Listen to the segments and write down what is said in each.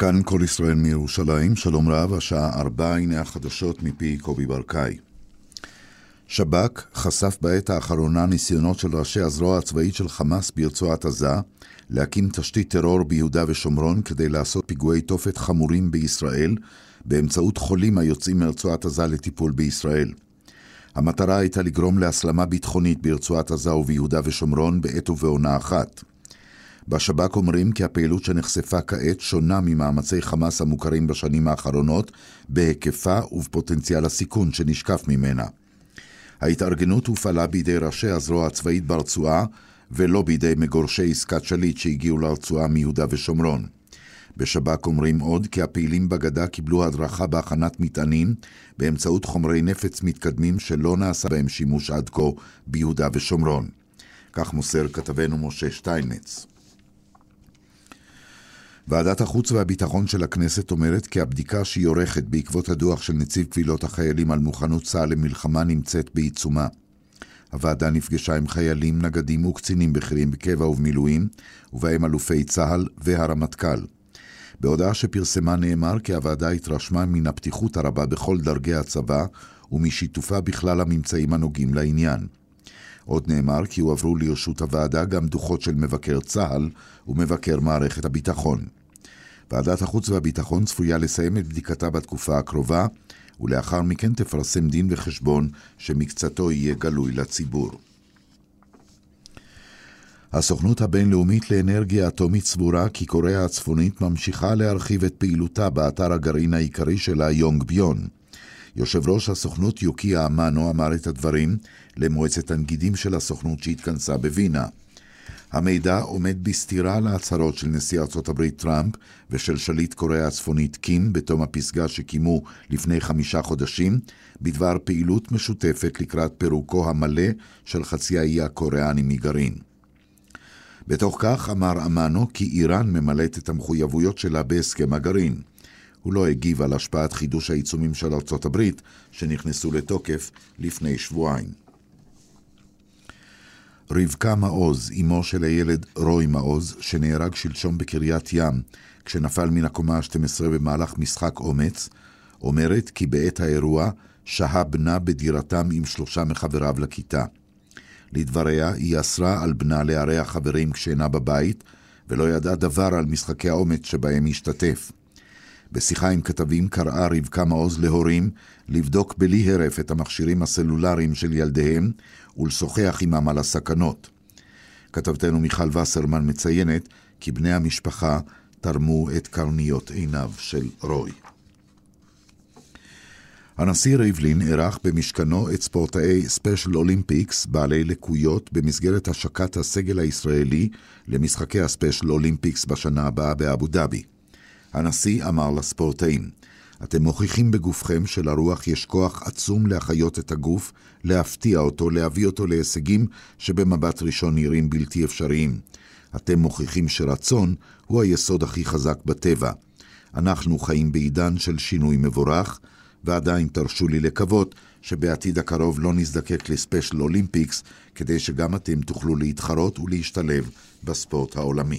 כאן כל ישראל מירושלים, שלום רב, השעה 4, הנה החדשות מפי קובי ברקאי. שב"כ חשף בעת האחרונה ניסיונות של ראשי הזרוע הצבאית של חמאס ברצועת עזה להקים תשתית טרור ביהודה ושומרון כדי לעשות פיגועי תופת חמורים בישראל באמצעות חולים היוצאים מרצועת עזה לטיפול בישראל. המטרה הייתה לגרום להסלמה ביטחונית ברצועת עזה וביהודה ושומרון בעת ובעונה אחת. בשב"כ אומרים כי הפעילות שנחשפה כעת שונה ממאמצי חמאס המוכרים בשנים האחרונות בהיקפה ובפוטנציאל הסיכון שנשקף ממנה. ההתארגנות הופעלה בידי ראשי הזרוע הצבאית ברצועה ולא בידי מגורשי עסקת שליט שהגיעו לרצועה מיהודה ושומרון. בשב"כ אומרים עוד כי הפעילים בגדה קיבלו הדרכה בהכנת מטענים באמצעות חומרי נפץ מתקדמים שלא נעשה בהם שימוש עד כה ביהודה ושומרון. כך מוסר כתבנו משה שטיינמץ. ועדת החוץ והביטחון של הכנסת אומרת כי הבדיקה שהיא עורכת בעקבות הדוח של נציב קבילות החיילים על מוכנות צה"ל למלחמה נמצאת בעיצומה. הוועדה נפגשה עם חיילים, נגדים וקצינים בכירים בקבע ובמילואים, ובהם אלופי צה"ל והרמטכ"ל. בהודעה שפרסמה נאמר כי הוועדה התרשמה מן הפתיחות הרבה בכל דרגי הצבא ומשיתופה בכלל הממצאים הנוגעים לעניין. עוד נאמר כי הועברו לרשות הוועדה גם דוחות של מבקר צה"ל ומבקר מערכת הביטחון. ועדת החוץ והביטחון צפויה לסיים את בדיקתה בתקופה הקרובה, ולאחר מכן תפרסם דין וחשבון שמקצתו יהיה גלוי לציבור. הסוכנות הבינלאומית לאנרגיה אטומית סבורה כי קוריאה הצפונית ממשיכה להרחיב את פעילותה באתר הגרעין העיקרי שלה יונגביון. יושב ראש הסוכנות יוקיה אמנו אמר את הדברים למועצת הנגידים של הסוכנות שהתכנסה בווינה. המידע עומד בסתירה להצהרות של נשיא ארצות הברית טראמפ ושל שליט קוריאה הצפונית קים בתום הפסגה שקיימו לפני 5 חודשים בדבר פעילות משותפת לקראת פירוקו המלא של חצי האי הקוריאני מגרעין. בתוך כך אמר אמנו כי איראן ממלאת את המחויבויות שלה בהסכם הגרעין. הוא לא הגיב על השפעת חידוש העיצומים של ארצות הברית שנכנסו לתוקף לפני שבועיים. רבקה מעוז, אמו של הילד רוי מעוז, שנהרג שלשום בקריית ים כשנפל מן הקומה ה-12 במהלך משחק אומץ, אומרת כי בעת האירוע שהה בנה בדירתם עם 3 מחבריו לכיתה. לדבריה היא אסרה על בנה לארח חברים כשאינה בבית ולא ידעה דבר על משחקי האומץ שבהם השתתף. בשיחה עם כתבים קראה רבקה מעוז להורים לבדוק בלי הרף את המכשירים הסלולריים של ילדיהם ולשוחח עמם על הסכנות. כתבתנו מיכל וסרמן מציינת כי בני המשפחה תרמו את קרניות עיניו של רוי. הנשיא ריבלין ערך במשכנו את ספורטאי ספיישל אולימפיקס בעלי לקויות במסגרת השקת הסגל הישראלי למשחקי הספיישל אולימפיקס בשנה הבאה באבו דאבי. הנשיא אמר לספורטאים, אתם מוכיחים בגופכם שלרוח יש כוח עצום להחיות את הגוף, להפתיע אותו, להביא אותו להישגים שבמבט ראשון נראים בלתי אפשריים. אתם מוכיחים שרצון הוא היסוד הכי חזק בטבע. אנחנו חיים בעידן של שינוי מבורך, ועדיין תרשו לי לקוות שבעתיד הקרוב לא נזדקק לספיישל אולימפיקס, כדי שגם אתם תוכלו להתחרות ולהשתלב בספורט העולמי.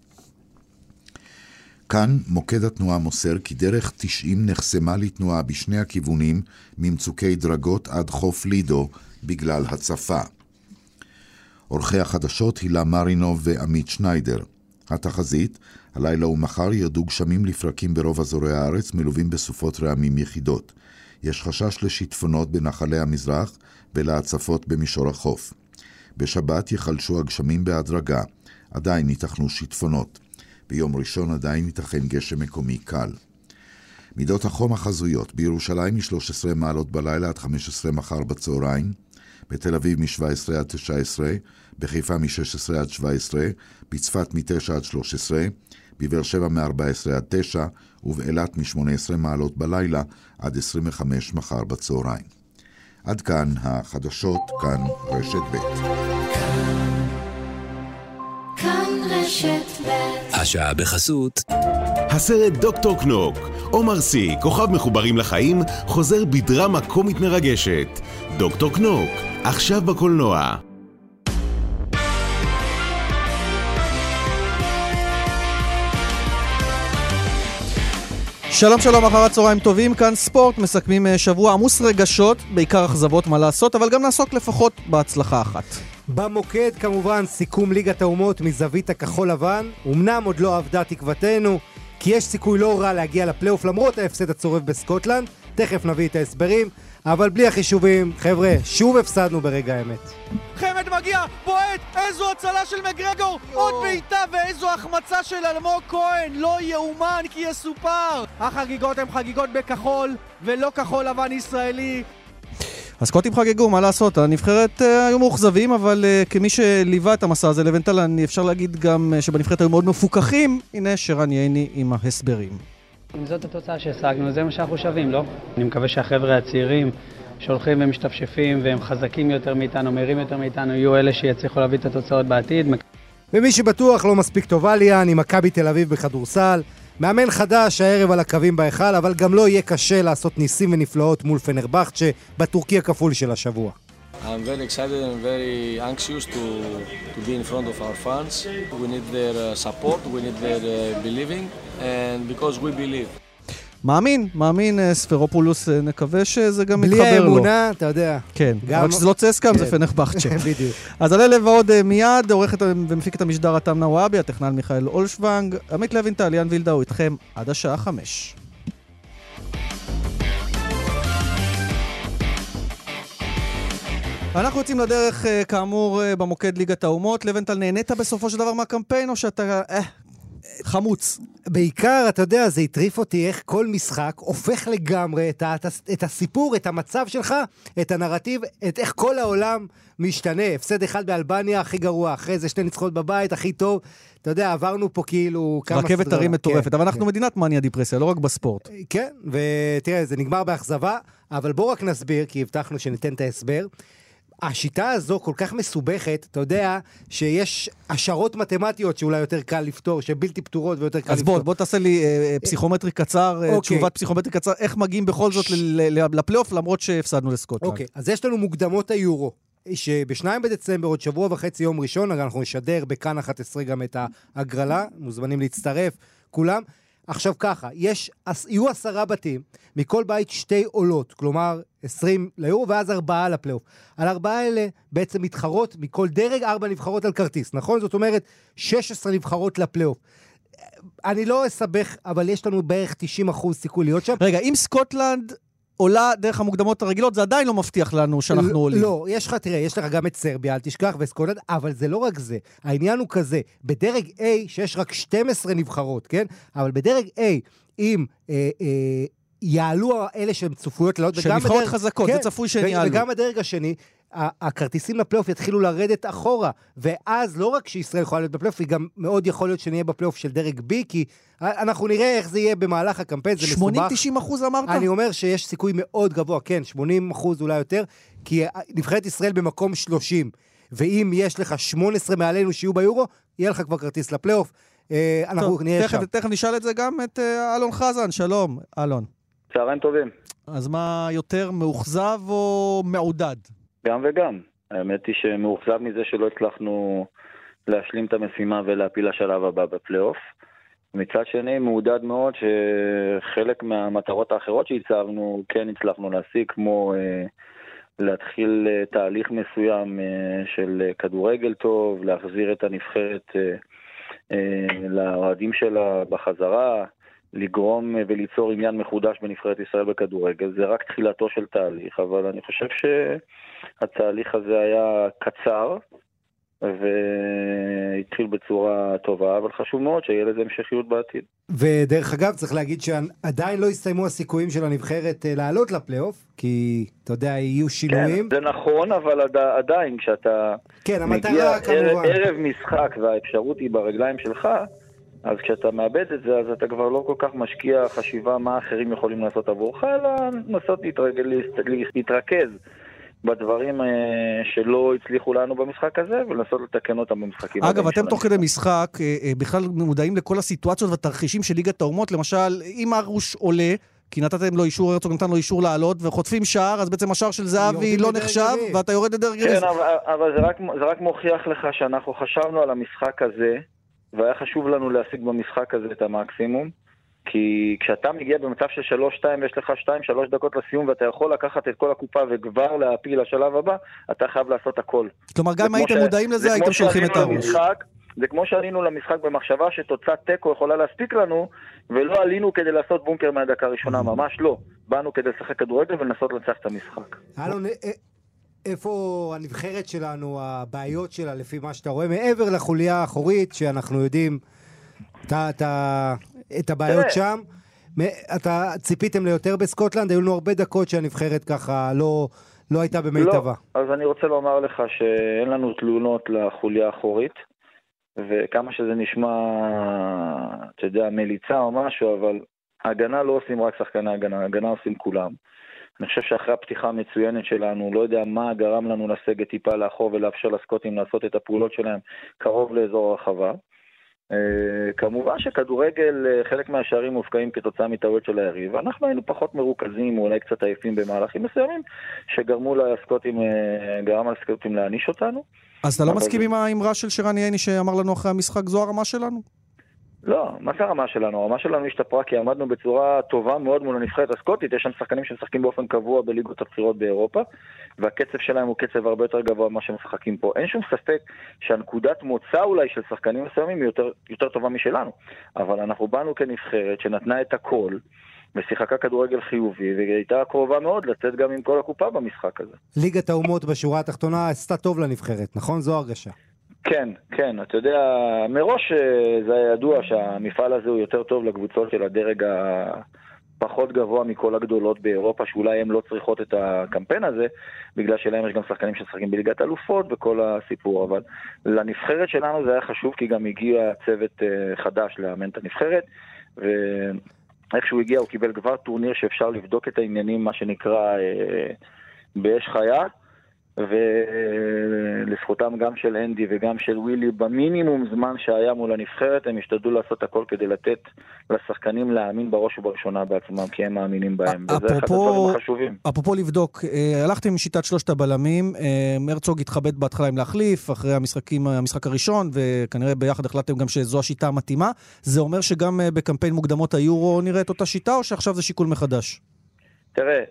כאן מוקד התנועה מוסר כי דרך 90 נחסמה לתנועה בשני הכיוונים ממצוקי דרגות עד חוף לידו בגלל הצפה. עורכי החדשות הילה מרינוב ועמית שניידר. התחזית, הלילה ומחר ירדו גשמים לפרקים ברוב אזורי הארץ מלווים בסופות רעמים יחידות. יש חשש לשיטפונות בנחלי המזרח ולהצפות במישור החוף. בשבת יחלשו הגשמים בהדרגה, עדיין ייתכנו שיטפונות. ביום ראשון עדיין ייתכן גשם מקומי קל. מידות החום החזויות בירושלים מ-13 מעלות בלילה עד 15 מחר בצהריים, בתל אביב מ-17 עד 19, בחיפה מ-16 עד 17, בצפת מ-9 עד 13, בבאר שבע מ-14 עד 9, ובאילת מ-18 מעלות בלילה עד 25 מחר בצהריים. עד כאן החדשות, כאן רשת ב'. כאן רשת ב'. השעה בחסות הסרט דוקטור קנוק, עומר סי, כוכב מחוברים לחיים, חוזר בדרמה קומית מרגשת. דוקטור קנוק, עכשיו בקולנוע. שלום שלום, אחר הצהריים טובים, כאן ספורט, מסכמים שבוע עמוס רגשות, בעיקר אכזבות מה לעשות, אבל גם נעסוק לפחות בהצלחה אחת. במוקד כמובן סיכום ליגת האומות מזווית הכחול לבן, אמנם עוד לא עבדה תקוותנו, כי יש סיכוי לא רע להגיע לפלייאוף למרות ההפסד הצורף בסקוטלנד, תכף נביא את ההסברים, אבל בלי החישובים, חבר'ה, שוב הפסדנו ברגע האמת. חמד מגיע, בועט, איזו הצלה של מגרגור, עוד בעיטה ואיזו החמצה של אלמוג כהן, לא יאומן כי יסופר. החגיגות הן חגיגות בכחול ולא כחול לבן ישראלי. הסקוטים חגגו, מה לעשות? הנבחרת היו מאוכזבים, אבל כמי שליווה את המסע הזה לבנטל, אפשר להגיד גם שבנבחרת היו מאוד מפוקחים. הנה שרן ייני עם ההסברים. אם זאת התוצאה שהשגנו, זה מה שאנחנו שווים, לא? אני מקווה שהחבר'ה הצעירים שהולכים ומשתפשפים והם חזקים יותר מאיתנו, מהירים יותר מאיתנו, יהיו אלה שיצליחו להביא את התוצאות בעתיד. ומי שבטוח לא מספיק טוב עלייה, אני מכבי תל אביב בכדורסל, מאמן חדש הערב על הקווים בהיכל, אבל גם לא יהיה קשה לעשות ניסים ונפלאות מול פנרבחצ'ה בטורקי הכפול של השבוע. I'm very excited and very anxious to be in front of our fans. We need their support, we need their believing, and because we believe. מאמין ספרופולוס, נקווה שזה גם מתחבר לו. בלי האמונה, אתה יודע. כן, אבל שזה לא צסקם, זה פנרבחצ'ה. בדיוק. אז על אלה ועוד מיד, עורכת ומפיק את המשדר אתם נוואבי, הטכנל מיכאל אולשוונג, עמית לוינטל, יאן וילדאו איתכם עד השעה 5. אנחנו יוצאים לדרך, כאמור, במוקד ליגת האומות. לוינטל, נהנית בסופו של דבר מהקמפיין, או שאתה חמוץ? בעיקר, אתה יודע, זה הטריף אותי איך כל משחק הופך לגמרי את הסיפור, את המצב שלך, את הנרטיב, את איך כל העולם משתנה. הפסד אחד באלבניה, הכי גרוע, אחרי זה 2 ניצחונות בבית, הכי טוב. אתה יודע, עברנו פה כאילו כמה סדרה. רכבת הרים מטורפת, אבל אנחנו מדינת מניה דיפרסיה, לא רק בספורט. כן, ותראה, זה נגמר באכזבה, אבל בואו רק נסביר, כי הבטחנו שניתן את ההסבר. השיטה הזו כל כך מסובכת, אתה יודע שיש השערות מתמטיות שאולי יותר קל לפתור, שבלתי פתורות ויותר קל לפתור. אז בוא תעשה לי פסיכומטרי קצר, תשובת פסיכומטרי קצר, איך מגיעים בכל זאת לפלייאוף, למרות שהפסדנו לסקוטלנד. אוקיי, אז יש לנו מוקדמות היורו, שב2 בדצמבר, עוד שבוע וחצי יום ראשון, אנחנו נשדר בכאן 11 גם את ההגרלה, מוזמנים להצטרף, כולם. עכשיו ככה, יהיו 10 בתים, מכל בית 2 עולות, כלומר 20 ליורו ואז 4 לפלייאוף. על 4 האלה בעצם מתחרות מכל דרג, 4 נבחרות על כרטיס, נכון? זאת אומרת 16 נבחרות לפלייאוף. אני לא אסבך, אבל יש לנו בערך 90% סיכוי להיות שם. רגע, אם סקוטלנד עולה דרך המוקדמות הרגילות, זה עדיין לא מבטיח לנו שאנחנו עולים. לא, יש לך גם את סרביה, אל תשכח, וסקוטלנד, אבל זה לא רק זה. העניין הוא כזה, בדרג A שיש רק 12 נבחרות, כן? אבל בדרג A, אם יעלו אלה שהן צפויות לעלות, שנבחרות חזקות, זה צפוי שהן יעלו. וגם בדרג השני, הכרטיסים לפלייאוף יתחילו לרדת אחורה, ואז לא רק שישראל יכולה להיות בפלייאוף, היא גם מאוד יכול להיות שנהיה בפלייאוף של דרג B, כי אנחנו נראה איך זה יהיה במהלך הקמפיין, זה מסובך. 80-90% אמרת? אני אומר שיש סיכוי מאוד גבוה, כן, 80% אולי יותר, כי נבחרת ישראל במקום 30, ואם יש לך 18 מעלינו שיהיו ביורו, יהיה לך כבר כרטיס לפלייאוף, אנחנו נהיה שם. תכף נשאל את זה גם את אלון חזן, שלום, אלון. צהריים טובים. אז מה יותר, מאוכזב או מעודד? גם וגם. האמת היא שמאוכזב מזה שלא הצלחנו להשלים את המשימה ולהפיל לשלב הבא בפלייאוף. מצד שני, מעודד מאוד שחלק מהמטרות האחרות שהצבנו כן הצלחנו להשיג, כמו להתחיל תהליך מסוים של כדורגל טוב, להחזיר את הנבחרת לאוהדים שלה בחזרה, לגרום וליצור עניין מחודש בנבחרת ישראל בכדורגל. זה רק תחילתו של תהליך, אבל אני חושב שהתהליך הזה היה קצר והתחיל בצורה טובה, אבל חשוב מאוד שיהיה לזה המשכיות בעתיד. ודרך אגב, צריך להגיד שעדיין לא הסתיימו הסיכויים של הנבחרת לעלות לפלייאוף, כי אתה יודע, יהיו שינויים. כן, זה נכון, אבל עדיין כשאתה מגיע ערב משחק והאפשרות היא ברגליים שלך, אז כשאתה מאבד את זה, אז אתה כבר לא כל כך משקיע חשיבה מה אחרים יכולים לעשות עבורך, אלא לנסות להתרכז בדברים שלא הצליחו לנו במשחק הזה, ולנסות לתקן אותם במשחקים. אגב, אתם תוך כדי משחק בכלל מודעים לכל הסיטואציות והתרחישים של ליגת האומות, למשל, אם הרוש עולה, כי נתתם לו אישור, הרצוג נתן לו אישור לעלות, וחוטפים שער, אז בעצם השער של זהבי לא נחשב, ואתה יורד לדרג גביע. כן, אבל זה רק מוכיח לך שאנחנו חשבנו על המשחק הזה, והיה חשוב לנו להשיג במשחק הזה את המקסימום, כי כשאתה מגיע במצב של 3-2 ויש לך 2-3 דקות לסיום ואתה יכול לקחת את כל הקופה וכבר להפיל לשלב הבא, אתה חייב לעשות הכל. כלומר, גם אם הייתם מודעים לזה, הייתם שולחים את הראש. זה כמו שעלינו למשחק במחשבה שתוצאת טקו יכולה להספיק לנו, ולא עלינו כדי לעשות בונקר מהדקה הראשונה, ממש לא. באנו כדי לשחק כדורגל ולנסות לנצח את המשחק. אלון, איפה הנבחרת שלנו, הבעיות שלה, לפי מה שאתה רואה, מעבר לחוליה האחורית, שאנחנו יודעים את הבעיות שם, אתה ציפיתם ליותר בסקוטלנד? היו לנו הרבה דקות שהנבחרת ככה לא הייתה במיטבה. לא, אז אני רוצה לומר לך שאין לנו תלונות לחוליה האחורית, וכמה שזה נשמע, אתה יודע, מליצה או משהו, אבל הגנה לא עושים רק שחקני הגנה עושים כולם. אני חושב שאחרי הפתיחה המצוינת שלנו, לא יודע מה גרם לנו לסגת טיפה לאחור ולאפשר לסקוטים לעשות את הפעולות שלהם קרוב לאזור הרחבה. כמובן שכדורגל, חלק מהשערים מופקעים כתוצאה מטעויות של היריב. אנחנו היינו פחות מרוכזים, אולי קצת עייפים במהלכים מסוימים, שגרם לסקוטים להעניש אותנו. אז אתה לא מסכים עם האמרה של שרן ייני שאמר לנו אחרי המשחק, זו הרמה שלנו? לא, מה זה הרמה שלנו? הרמה שלנו השתפרה כי עמדנו בצורה טובה מאוד מול הנבחרת הסקוטית. יש שם שחקנים שמשחקים באופן קבוע בליגות הבכירות באירופה, והקצב שלהם הוא קצב הרבה יותר גבוה ממה שמשחקים פה. אין שום ספק שהנקודת מוצא אולי של שחקנים מסוימים היא יותר טובה משלנו. אבל אנחנו באנו כנבחרת שנתנה את הכל, ושיחקה כדורגל חיובי, והייתה קרובה מאוד לצאת גם עם כל הקופה במשחק הזה. ליגת האומות בשורה התחתונה עשתה טוב לנבחרת, נכון? זו הרגשה. כן, כן, אתה יודע, מראש זה היה ידוע שהמפעל הזה הוא יותר טוב לקבוצות של הדרג הפחות גבוה מכל הגדולות באירופה, שאולי הן לא צריכות את הקמפיין הזה, בגלל שלהם יש גם שחקנים ששחקים בליגת אלופות וכל הסיפור, אבל לנבחרת שלנו זה היה חשוב, כי גם הגיע צוות חדש לאמן את הנבחרת, ואיך שהוא הגיע הוא קיבל כבר טורניר שאפשר לבדוק את העניינים, מה שנקרא באש חיה, ולזכותם גם של אנדי וגם של ווילי, במינימום זמן שהיה מול הנבחרת, הם השתדלו לעשות הכל כדי לתת לשחקנים להאמין בראש ובראשונה בעצמם, כי הם מאמינים בהם, וזה אחד הדברים החשובים. אפרופו לבדוק, הלכתם עם שיטת 3 הבלמים, הרצוג התחבט בהתחלה עם להחליף, אחרי המשחק הראשון, וכנראה ביחד החלטתם גם שזו השיטה המתאימה. זה אומר שגם בקמפיין מוקדמות היורו נראית אותה שיטה, או שעכשיו זה שיקול מחדש? תראה,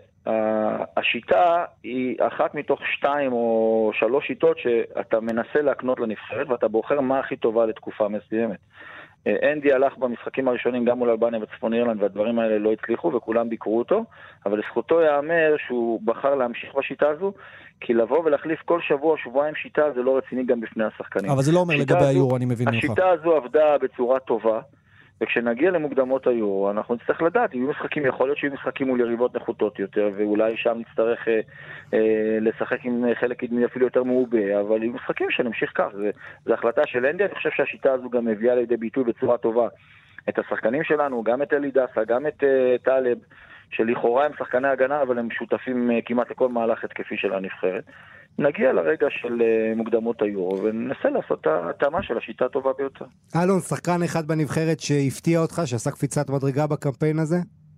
השיטה היא אחת מתוך 2 או 3 שיטות שאתה מנסה להקנות לנבחרת, ואתה בוחר מה הכי טובה לתקופה מסוימת. אנדי הלך במשחקים הראשונים גם מול אלבניה וצפון אירלנד, והדברים האלה לא הצליחו וכולם ביקרו אותו, אבל לזכותו יאמר שהוא בחר להמשיך בשיטה הזו, כי לבוא ולהחליף כל שבוע או שבועיים שיטה זה לא רציני גם בפני השחקנים. אבל זה לא אומר לגבי היורו, אני מבין ממך. השיטה הזו עבדה בצורה טובה, וכשנגיע למוקדמות היורו, אנחנו נצטרך לדעת, יהיו משחקים, יכול להיות שיהיו משחקים מול יריבות נחותות יותר, ואולי שם נצטרך לשחק עם חלק קדמי אפילו יותר מעובה, אבל יהיו משחקים שנמשיך כך, זו החלטה של אנדי. אני חושב שהשיטה הזו גם הביאה לידי ביטוי בצורה טובה את השחקנים שלנו, גם את אלי דסה, גם את טלב, שלכאורה הם שחקני הגנה, אבל הם שותפים כמעט לכל מהלך התקפי של הנבחרת. נגיע לרגע של מוקדמות היורו, וננסה לעשות את הטעמה של השיטה הטובה ביותר. אלון, שחקן אחד בנבחרת שהפתיע אותך, שעשה קפיצת מדרגה בקמפיין הזה?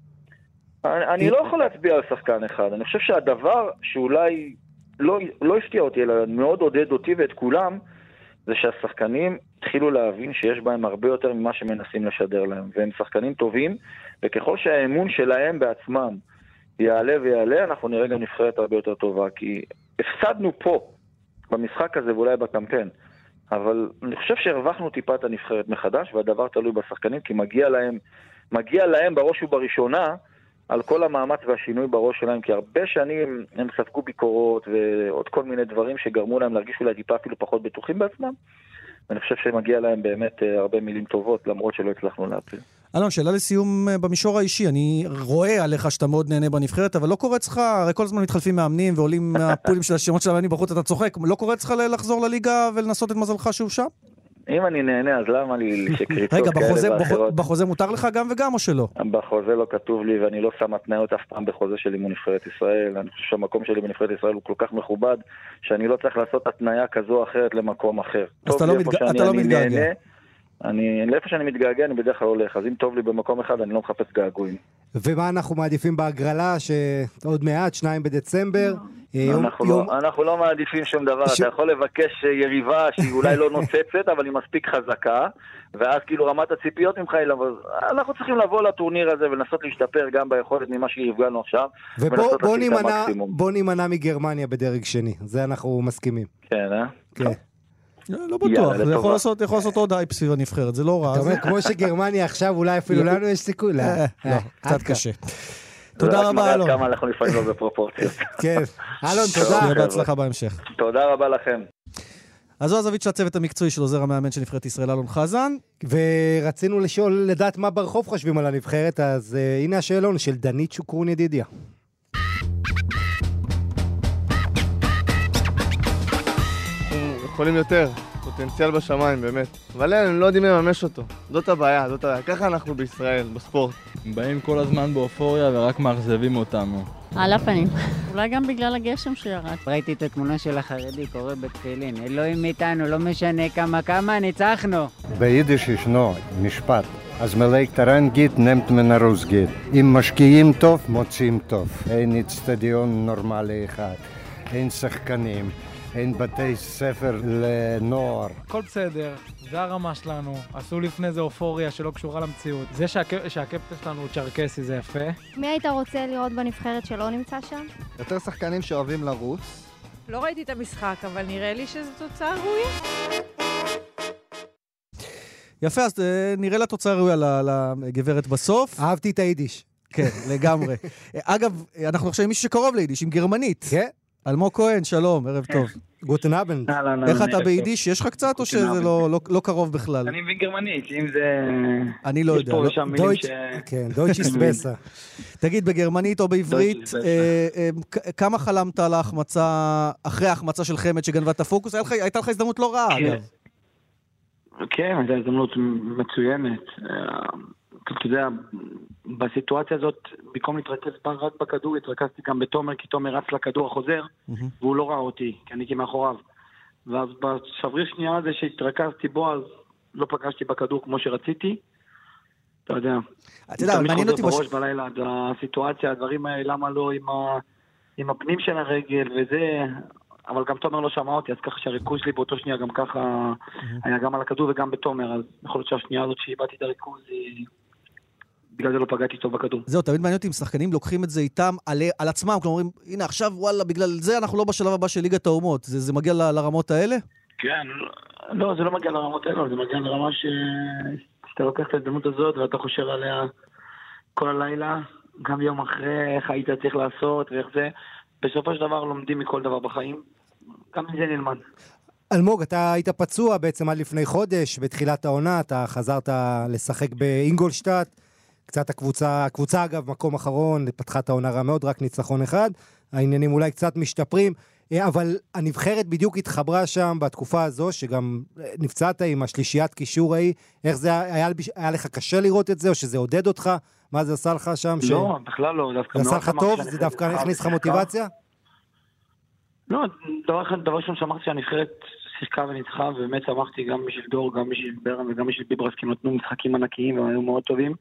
אני לא יכול להצביע על שחקן אחד. אני חושב שהדבר שאולי לא הפתיע אותי, אלא מאוד עודד אותי ואת כולם, זה שהשחקנים התחילו להבין שיש בהם הרבה יותר ממה שמנסים לשדר להם, והם שחקנים טובים, וככל שהאמון שלהם בעצמם יעלה ויעלה, אנחנו נראה גם נבחרת הרבה יותר טובה, כי הפסדנו פה, במשחק הזה ואולי בקמפיין, אבל אני חושב שהרווחנו טיפה את הנבחרת מחדש, והדבר תלוי בשחקנים, כי מגיע להם בראש ובראשונה, על כל המאמץ והשינוי בראש שלהם, כי הרבה שנים הם ספגו ביקורות, ועוד כל מיני דברים שגרמו להם להרגיש אולי טיפה אפילו פחות בטוחים בעצמם, ואני חושב שמגיע להם באמת הרבה מילים טובות, למרות שלא הצלחנו להפיל. אלון, שאלה לסיום במישור האישי, אני רואה עליך שאתה מאוד נהנה בנבחרת, אבל לא קורה לך, הרי כל הזמן מתחלפים מאמנים ועולים מהפולים של השמות של המאמנים בחוץ, אתה צוחק, לא קורה לך לחזור לליגה ולנסות את מזלך שוב שם? אם אני נהנה, אז למה לי שקריצות רגע, כאלה ואחרות? בחוזה מותר לך גם וגם או שלא? בחוזה לא כתוב לי, ואני לא שם התניות אף פעם בחוזה שלי מול נבחרת ישראל. אני חושב שהמקום שלי בנבחרת ישראל הוא כל כך מכובד, שאני לא צריך לעשות התניה כזו או אחרת למקום אחר. אז אתה לא מתגעגע. לאיפה שאני מתגעגע, אני בדרך כלל הולך. אז אם טוב לי במקום אחד, אני לא מחפש געגועים. ומה אנחנו מעדיפים בהגרלה, שעוד מעט, 2 בדצמבר, אנחנו לא מעדיפים שום דבר, אתה יכול לבקש יריבה שהיא אולי לא נוצצת, אבל היא מספיק חזקה, ואז כאילו רמת הציפיות ממך היא לבוא, אנחנו צריכים לבוא לטורניר הזה ולנסות להשתפר גם ביכולת ממה שהפגענו עכשיו, ובוא נימנע מגרמניה בדרג שני, זה אנחנו מסכימים. כן, כן. לא בטוח, זה יכול לעשות עוד הייפ סביב הנבחרת, זה לא רע. אתה אומר, כמו שגרמניה עכשיו, אולי אפילו לנו יש סיכוי. לא, קצת קשה. תודה רבה, אלון. כמה אנחנו לפעמים לא בפרופורציות. כן, אלון, תודה. שיהיה בהצלחה בהמשך. תודה רבה לכם. אז זו הזווית של הצוות המקצועי של עוזר המאמן של נבחרת ישראל, אלון חזן. ורצינו לשאול, לדעת מה ברחוב חושבים על הנבחרת, אז הנה השאלון של דנית שוקרון ידידיה. יכולים יותר, פוטנציאל בשמיים באמת, אבל הם לא יודעים לממש אותו, זאת הבעיה, ככה אנחנו בישראל, בספורט. באים כל הזמן באופוריה ורק מאכזבים אותנו. על הפנים. אולי גם בגלל הגשם שירד. ראיתי את התמונה של החרדי קורא בתפילין, אלוהים איתנו, לא משנה כמה, ניצחנו. ביידיש ישנו משפט, אז מלאק טרן גיט נמת מן הרוס גיט. אם משקיעים טוב, מוצאים טוב. אין אצטדיון נורמלי אחד, אין שחקנים. אין בתי ספר לנוער. הכל בסדר, זה הרמה שלנו. עשו לפני זה אופוריה שלא קשורה למציאות. זה שהקפטן שלנו הוא צ'רקסי זה יפה. מי היית רוצה לראות בנבחרת שלא נמצא שם? יותר שחקנים שאוהבים לרוץ. לא ראיתי את המשחק, אבל נראה לי שזו תוצאה ראויה. יפה, אז נראה לה תוצאה ראויה לגברת בסוף. אהבתי את היידיש. כן, לגמרי. אגב, אנחנו עכשיו עם מישהו שקרוב ליידיש, עם גרמנית. כן. אלמוג כהן, שלום, ערב טוב. גוטן אבן. איך אתה ביידיש? יש לך קצת או שזה לא קרוב בכלל? אני מבין גרמנית, אם זה... אני לא יודע. כן, דויטשיסט בסה. תגיד, בגרמנית או בעברית, כמה חלמת על ההחמצה, אחרי ההחמצה של חמד שגנבה את הפוקוס? הייתה לך הזדמנות לא רעה, אגב. כן, הייתה הזדמנות מצוינת. אתה יודע, בסיטואציה הזאת, במקום להתרכז רק בכדור, התרכזתי גם בתומר, כי תומר רץ לכדור החוזר, והוא לא ראה אותי, כי אני מאחוריו. ואז בשבריר שנייה הזה שהתרכזתי בו, אז לא פגשתי בכדור כמו שרציתי. אתה יודע, מעניין אותי בראש בלילה, הסיטואציה, הדברים האלה, למה לא עם הפנים של הרגל וזה, אבל גם תומר לא שמע אותי, אז ככה שהריכוז שלי באותו שנייה גם ככה היה גם על הכדור וגם בתומר, אז יכול להיות שהשנייה הזאת שאיבדתי את הריכוז היא... בגלל זה לא פגעתי טוב בכדור. זהו, תמיד מעניין אותי אם שחקנים לוקחים את זה איתם על עצמם, כלומר אומרים, הנה עכשיו וואלה, בגלל זה אנחנו לא בשלב הבא של ליגת האומות. זה מגיע לרמות האלה? כן, לא, זה לא מגיע לרמות האלה, זה מגיע לרמה שאתה לוקח את ההזדמנות הזאת ואתה חושב עליה כל הלילה, גם יום אחרי, איך היית צריך לעשות ואיך זה. בסופו של דבר לומדים מכל דבר בחיים, גם מזה נלמד. אלמוג, אתה היית פצוע בעצם עד לפני חודש, בתחילת העונה, אתה חזרת לשחק באינגולשטאט, קצת הקבוצה אגב, מקום אחרון, פתחה את העונה רע מאוד, רק ניצחון אחד, העניינים אולי קצת משתפרים, אבל הנבחרת בדיוק התחברה שם בתקופה הזו, שגם נפצעת עם השלישיית קישור ההיא, איך זה היה לך קשה לראות את זה, או שזה עודד אותך? מה זה עשה לך שם? לא, בכלל לא. זה עשה לך טוב? זה דווקא הכניס לך מוטיבציה? לא, דבר ראשון שאמרתי שהנבחרת שיחקה וניצחה, ובאמת שמחתי גם בשביל דור, גם בשביל ברם וגם בשביל ביברס, כי נתנו משחקים ענקיים והם היו מאוד טובים,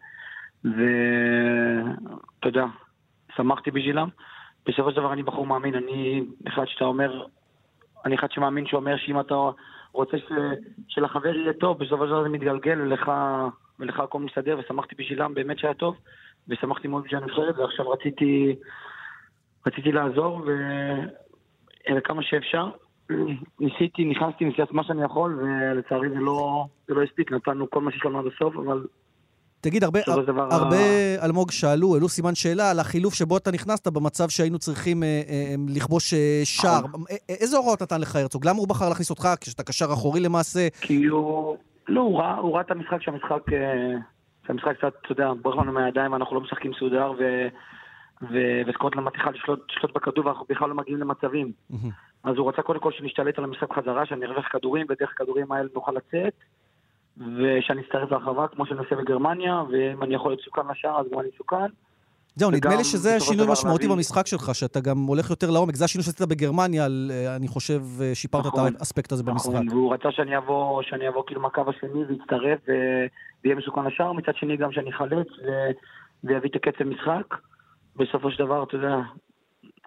ואתה יודע, שמחתי בשבילם. בסופו של דבר אני בחור מאמין, אני אחד שמאמין שאומר שאם אתה רוצה שלחבר יהיה טוב, בסופו של דבר זה מתגלגל ולך הכל מסתדר, ושמחתי בשבילם באמת שהיה טוב, ושמחתי מאוד בשביל הנבחרת, ועכשיו רציתי לעזור וכמה שאפשר. נכנסתי מה שאני יכול, ולצערי זה לא הספיק, נתנו כל מה שיש לנו עד הסוף, אבל... תגיד, הרבה אלמוג שאלו, העלו סימן שאלה על החילוף שבו אתה נכנסת במצב שהיינו צריכים לכבוש שער. איזה הוראות נתן לך הרצוג? למה הוא בחר להכניס אותך כשאתה קשר אחורי למעשה? כי הוא ראה את המשחק שהמשחק קצת, אתה יודע, ברח לנו מהידיים, אנחנו לא משחקים סודר, וסקוטלנד מתחילה לשלוט בכדור, ואנחנו בכלל לא מגיעים למצבים. אז הוא רצה קודם כל שנשתלט על המשחק חזרה, שאני ארוויח כדורים, ודרך כדורים האלה נוכל לצאת, ושאני אסתרף להרחבה, כמו שאני עושה בגרמניה, ואם אני יכול להיות סוכן לשער, אז גם אני סוכן. זהו, נדמה לי שזה שינוי משמעותי במשחק שלך, שאתה גם הולך יותר לעומק. זה השינוי שעשית בגרמניה, אני חושב, שיפרת את האספקט הזה במשחק. והוא רצה שאני אבוא כאילו מהקו השני, ויצטרף, ויהיה מסוכן לשער, מצד שני גם שאני חלץ, ויביא את הקצב משחק. בסופו של דבר, אתה יודע,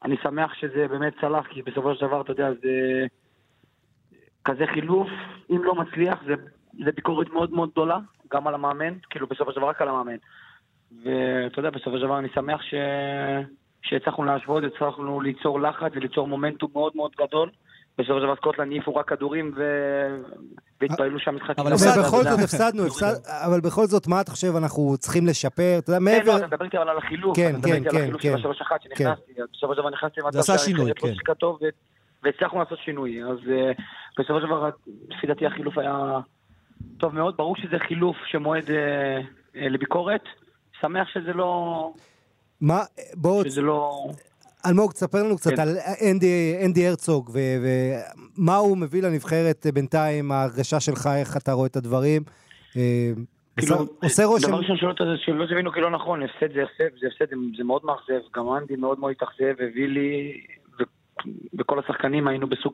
אני שמח שזה באמת צלח, כי בסופו של דבר, אתה יודע, זה כזה חילוף, אם לא מצליח, זה ביקורת מאוד מאוד גדולה, גם על המאמן, כאילו בסופו של דבר רק על המאמן. ואתה יודע, בסופו של דבר אני שמח שהצלחנו להשוות, הצלחנו ליצור לחץ וליצור מומנטום מאוד מאוד גדול. בסופו של דבר סקוטלנד ניפו רק כדורים והתפעלו שהמשחק... אבל בכל זאת הפסדנו, אבל בכל זאת מה אתה חושב אנחנו צריכים לשפר? אתה יודע, מעבר... לא, אתה מדבר איתי על החילוף, אתה מדבר איתי על החילוף של ה-3-1 שנכנסתי, בסופו של דבר נכנסתי זה עשה שינוי, כן. והצלחנו לעשות שינוי, אז בסופו של דבר לפי דעתי החילוף היה טוב מאוד, ברור שזה חילוף שמועד לביקורת, שמח שזה לא... מה? בואו... שזה לא... אלמוג, תספר לנו קצת על אנדי הרצוג, ומה הוא מביא לנבחרת בינתיים, ההרגשה שלך, איך אתה רואה את הדברים. עושה רושם... דבר ראשון שלא תבינו כי לא נכון, הפסד זה הפסד, זה מאוד מאכזב, גם אנדי מאוד מאוד התאכזב, הביא לי, וכל השחקנים היינו בסוג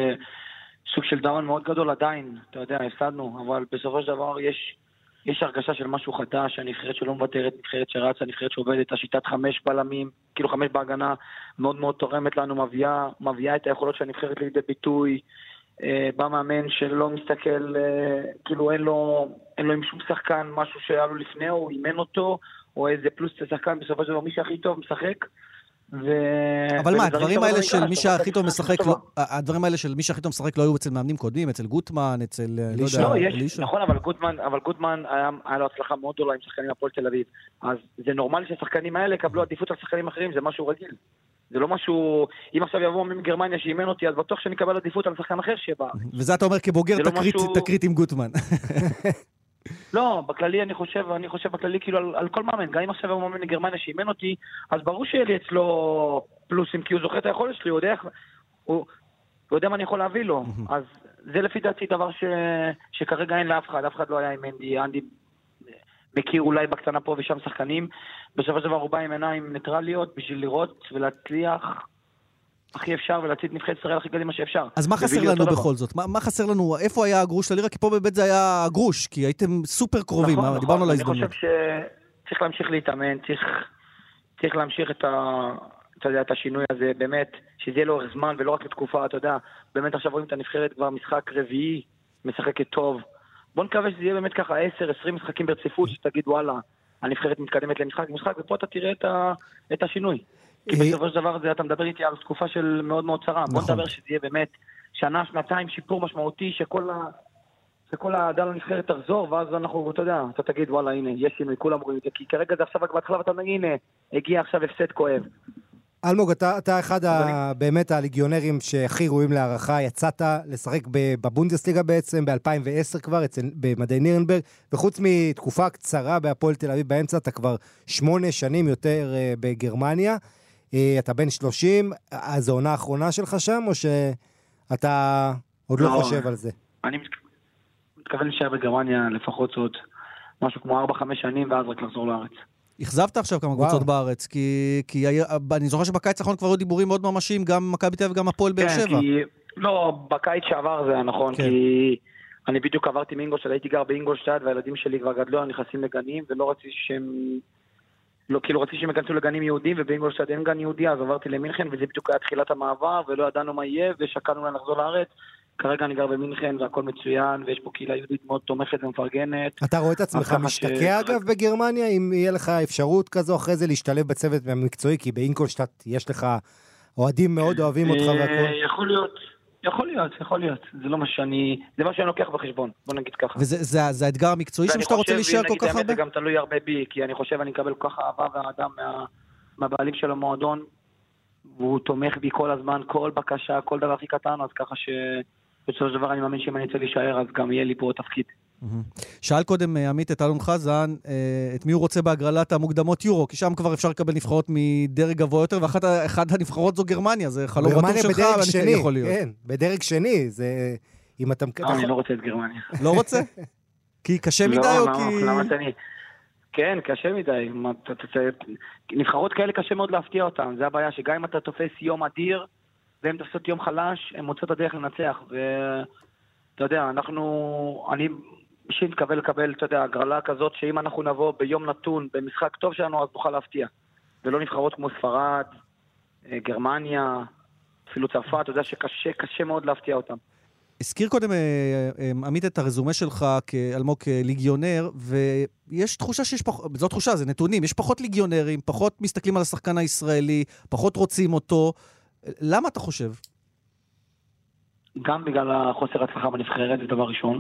של דאון מאוד גדול עדיין, אתה יודע, הפסדנו, אבל בסופו של דבר יש הרגשה של משהו חדש, הנבחרת שלא מוותרת, נבחרת שרצה, נבחרת שעובדת, השיטת 5 בלמים, כאילו 5 בהגנה, מאוד מאוד תורמת לנו, מביאה את היכולות של הנבחרת לידי ביטוי, בא מאמן שלא מסתכל, כאילו אין לו עם שום שחקן משהו שהיה לו לפני, הוא אימן אותו, או איזה פלוס שחקן, בסופו של דבר מי שהכי טוב משחק, אבל מה, הדברים האלה של מי שהכי טוב משחק, הדברים האלה של מי שהכי טוב משחק לא היו אצל מאמנים קודמים, אצל גוטמן, אצל, לא יודע, אלישע. נכון, אבל גוטמן היה לו הצלחה מאוד גדולה עם שחקנים הפועל תל אביב. אז זה נורמלי שהשחקנים האלה יקבלו עדיפות על שחקנים אחרים, זה משהו רגיל. זה לא משהו, אם עכשיו יבוא מגרמניה שאימן אותי, אז בטוח שאני אקבל עדיפות על שחקן אחר שבא. וזה אתה אומר כבוגר תקרית עם גוטמן. לא, בכללי אני חושב בכללי כאילו על כל מאמן, גם אם עכשיו הוא מאמן לגרמניה שאימן אותי, אז ברור שיהיה לי אצלו פלוסים, כי הוא זוכר את היכולת שלי, הוא יודע מה אני יכול להביא לו, אז זה לפי דעתי דבר שכרגע אין לאף אחד, אף אחד לא היה עם אנדי מכיר אולי בקטנה פה ושם שחקנים, בסופו של דבר הוא בא עם עיניים ניטרליות בשביל לראות ולהצליח הכי אפשר ולהציל את נבחרת ישראל הכי קדימה שאפשר. אז מה חסר לנו בכל זאת? מה חסר לנו? איפה היה הגרוש ללירה? כי פה באמת זה היה הגרוש, כי הייתם סופר קרובים, דיברנו על ההזדמנות. אני חושב שצריך להמשיך להתאמן, צריך להמשיך את השינוי הזה, באמת, שזה יהיה לאורך זמן ולא רק לתקופה, אתה יודע, באמת עכשיו רואים את הנבחרת כבר משחק רביעי, משחקת טוב. בוא נקווה שזה יהיה באמת ככה 10-20 משחקים ברציפות, שתגיד וואלה, הנבחרת מתקדמת למשחק, ופה אתה תראה את השינוי. כי בסופו של דבר אתה מדבר איתי על תקופה של מאוד מאוד צרה. בוא נדבר שזה יהיה באמת שנה, שנתיים, שיפור משמעותי, שכל העדה לנבחרת תחזור, ואז אנחנו, אתה יודע, אתה תגיד, וואלה, הנה, יש שינוי, כולם רואים את זה, כי כרגע זה עכשיו רק בהתחלה, ואתה אומר, הנה, הגיע עכשיו הפסד כואב. אלמוג, אתה אחד באמת הליגיונרים שהכי ראויים להערכה, יצאת לשחק בבונדסליגה בעצם, ב-2010 כבר, במדעי נירנברג, וחוץ מתקופה קצרה בהפועל תל אביב באמצע, אתה כבר 8 שנים יותר בגרמניה, אתה בן 30, אז זו עונה האחרונה שלך שם, או שאתה עוד לא חושב על זה? אני מתכוון להישאר בגרמניה לפחות עוד משהו כמו 4-5 שנים, ואז רק לחזור לארץ. אכזבת עכשיו כמה קבוצות בארץ, כי אני זוכר שבקיץ האחרון כבר היו דיבורים מאוד ממשיים, גם מכבי תל אביב וגם הפועל באר שבע. לא, בקיץ שעבר זה נכון, כי אני בדיוק עברתי מאינגולשטאט, הייתי גר באינגולשטאט, והילדים שלי כבר גדלו, נכנסים לגנים, ולא רציתי שהם... לא, כאילו רציתי שהם יכנסו לגנים יהודים, ובאינגולשטאט אין גן יהודי, אז עברתי למינכן, וזה בדיוק היה תחילת המעבר, ולא ידענו מה יהיה, ושקלנו לחזור לארץ. כרגע אני גר במינכן, והכל מצוין, ויש פה קהילה יהודית מאוד תומכת ומפרגנת. אתה רואה את עצמך משתקע אגב בגרמניה, אם יהיה לך אפשרות כזו אחרי זה להשתלב בצוות המקצועי, כי באינגולשטאט יש לך אוהדים מאוד אוהבים אותך והכל. יכול להיות. זה לא מה שאני לוקח בחשבון, בוא נגיד ככה. וזה האתגר המקצועי שאתה רוצה להישאר כל כך הרבה? זה גם תלוי הרבה בי, כי אני חושב אני אקבל כל כך אהבה והאדם מהבעלים של המועדון, והוא תומך בי כל הזמן, כל בקשה, כל דבר הכי קטן, אז ככה שבסופו של דבר אני מאמין שאם אני אצא להישאר, אז גם יהיה לי פה תפקיד. שאל קודם עמית את אלון חזן, את מי הוא רוצה בהגרלת המוקדמות יורו, כי שם כבר אפשר לקבל נבחרות מדרג גבוה יותר, ואחת הנבחרות זו גרמניה, זה חלום בטוח שלך, ואני יכול להיות. כן, בדרג שני, זה... אני לא רוצה את גרמניה. לא רוצה? כי קשה מדי או כי... כן, קשה מדי. נבחרות כאלה קשה מאוד להפתיע אותן, זה הבעיה, שגם אם אתה תופס יום אדיר, והם תופסות יום חלש, הם מוצאות הדרך לנצח, ואתה יודע, אני אישית מקווה לקבל, אתה יודע, הגרלה כזאת, שאם אנחנו נבוא ביום נתון, במשחק טוב שלנו, אז נוכל להפתיע. ולא נבחרות כמו ספרד, גרמניה, אפילו צרפת, אתה יודע שקשה מאוד להפתיע אותם. הזכיר קודם עמית את הרזומה שלך כאלמוג ליגיונר, ויש תחושה שיש פחות, זו תחושה, זה נתונים, יש פחות ליגיונרים, פחות מסתכלים על השחקן הישראלי, פחות רוצים אותו. למה אתה חושב? גם בגלל החוסר הצלחה בנבחרת, זה דבר ראשון.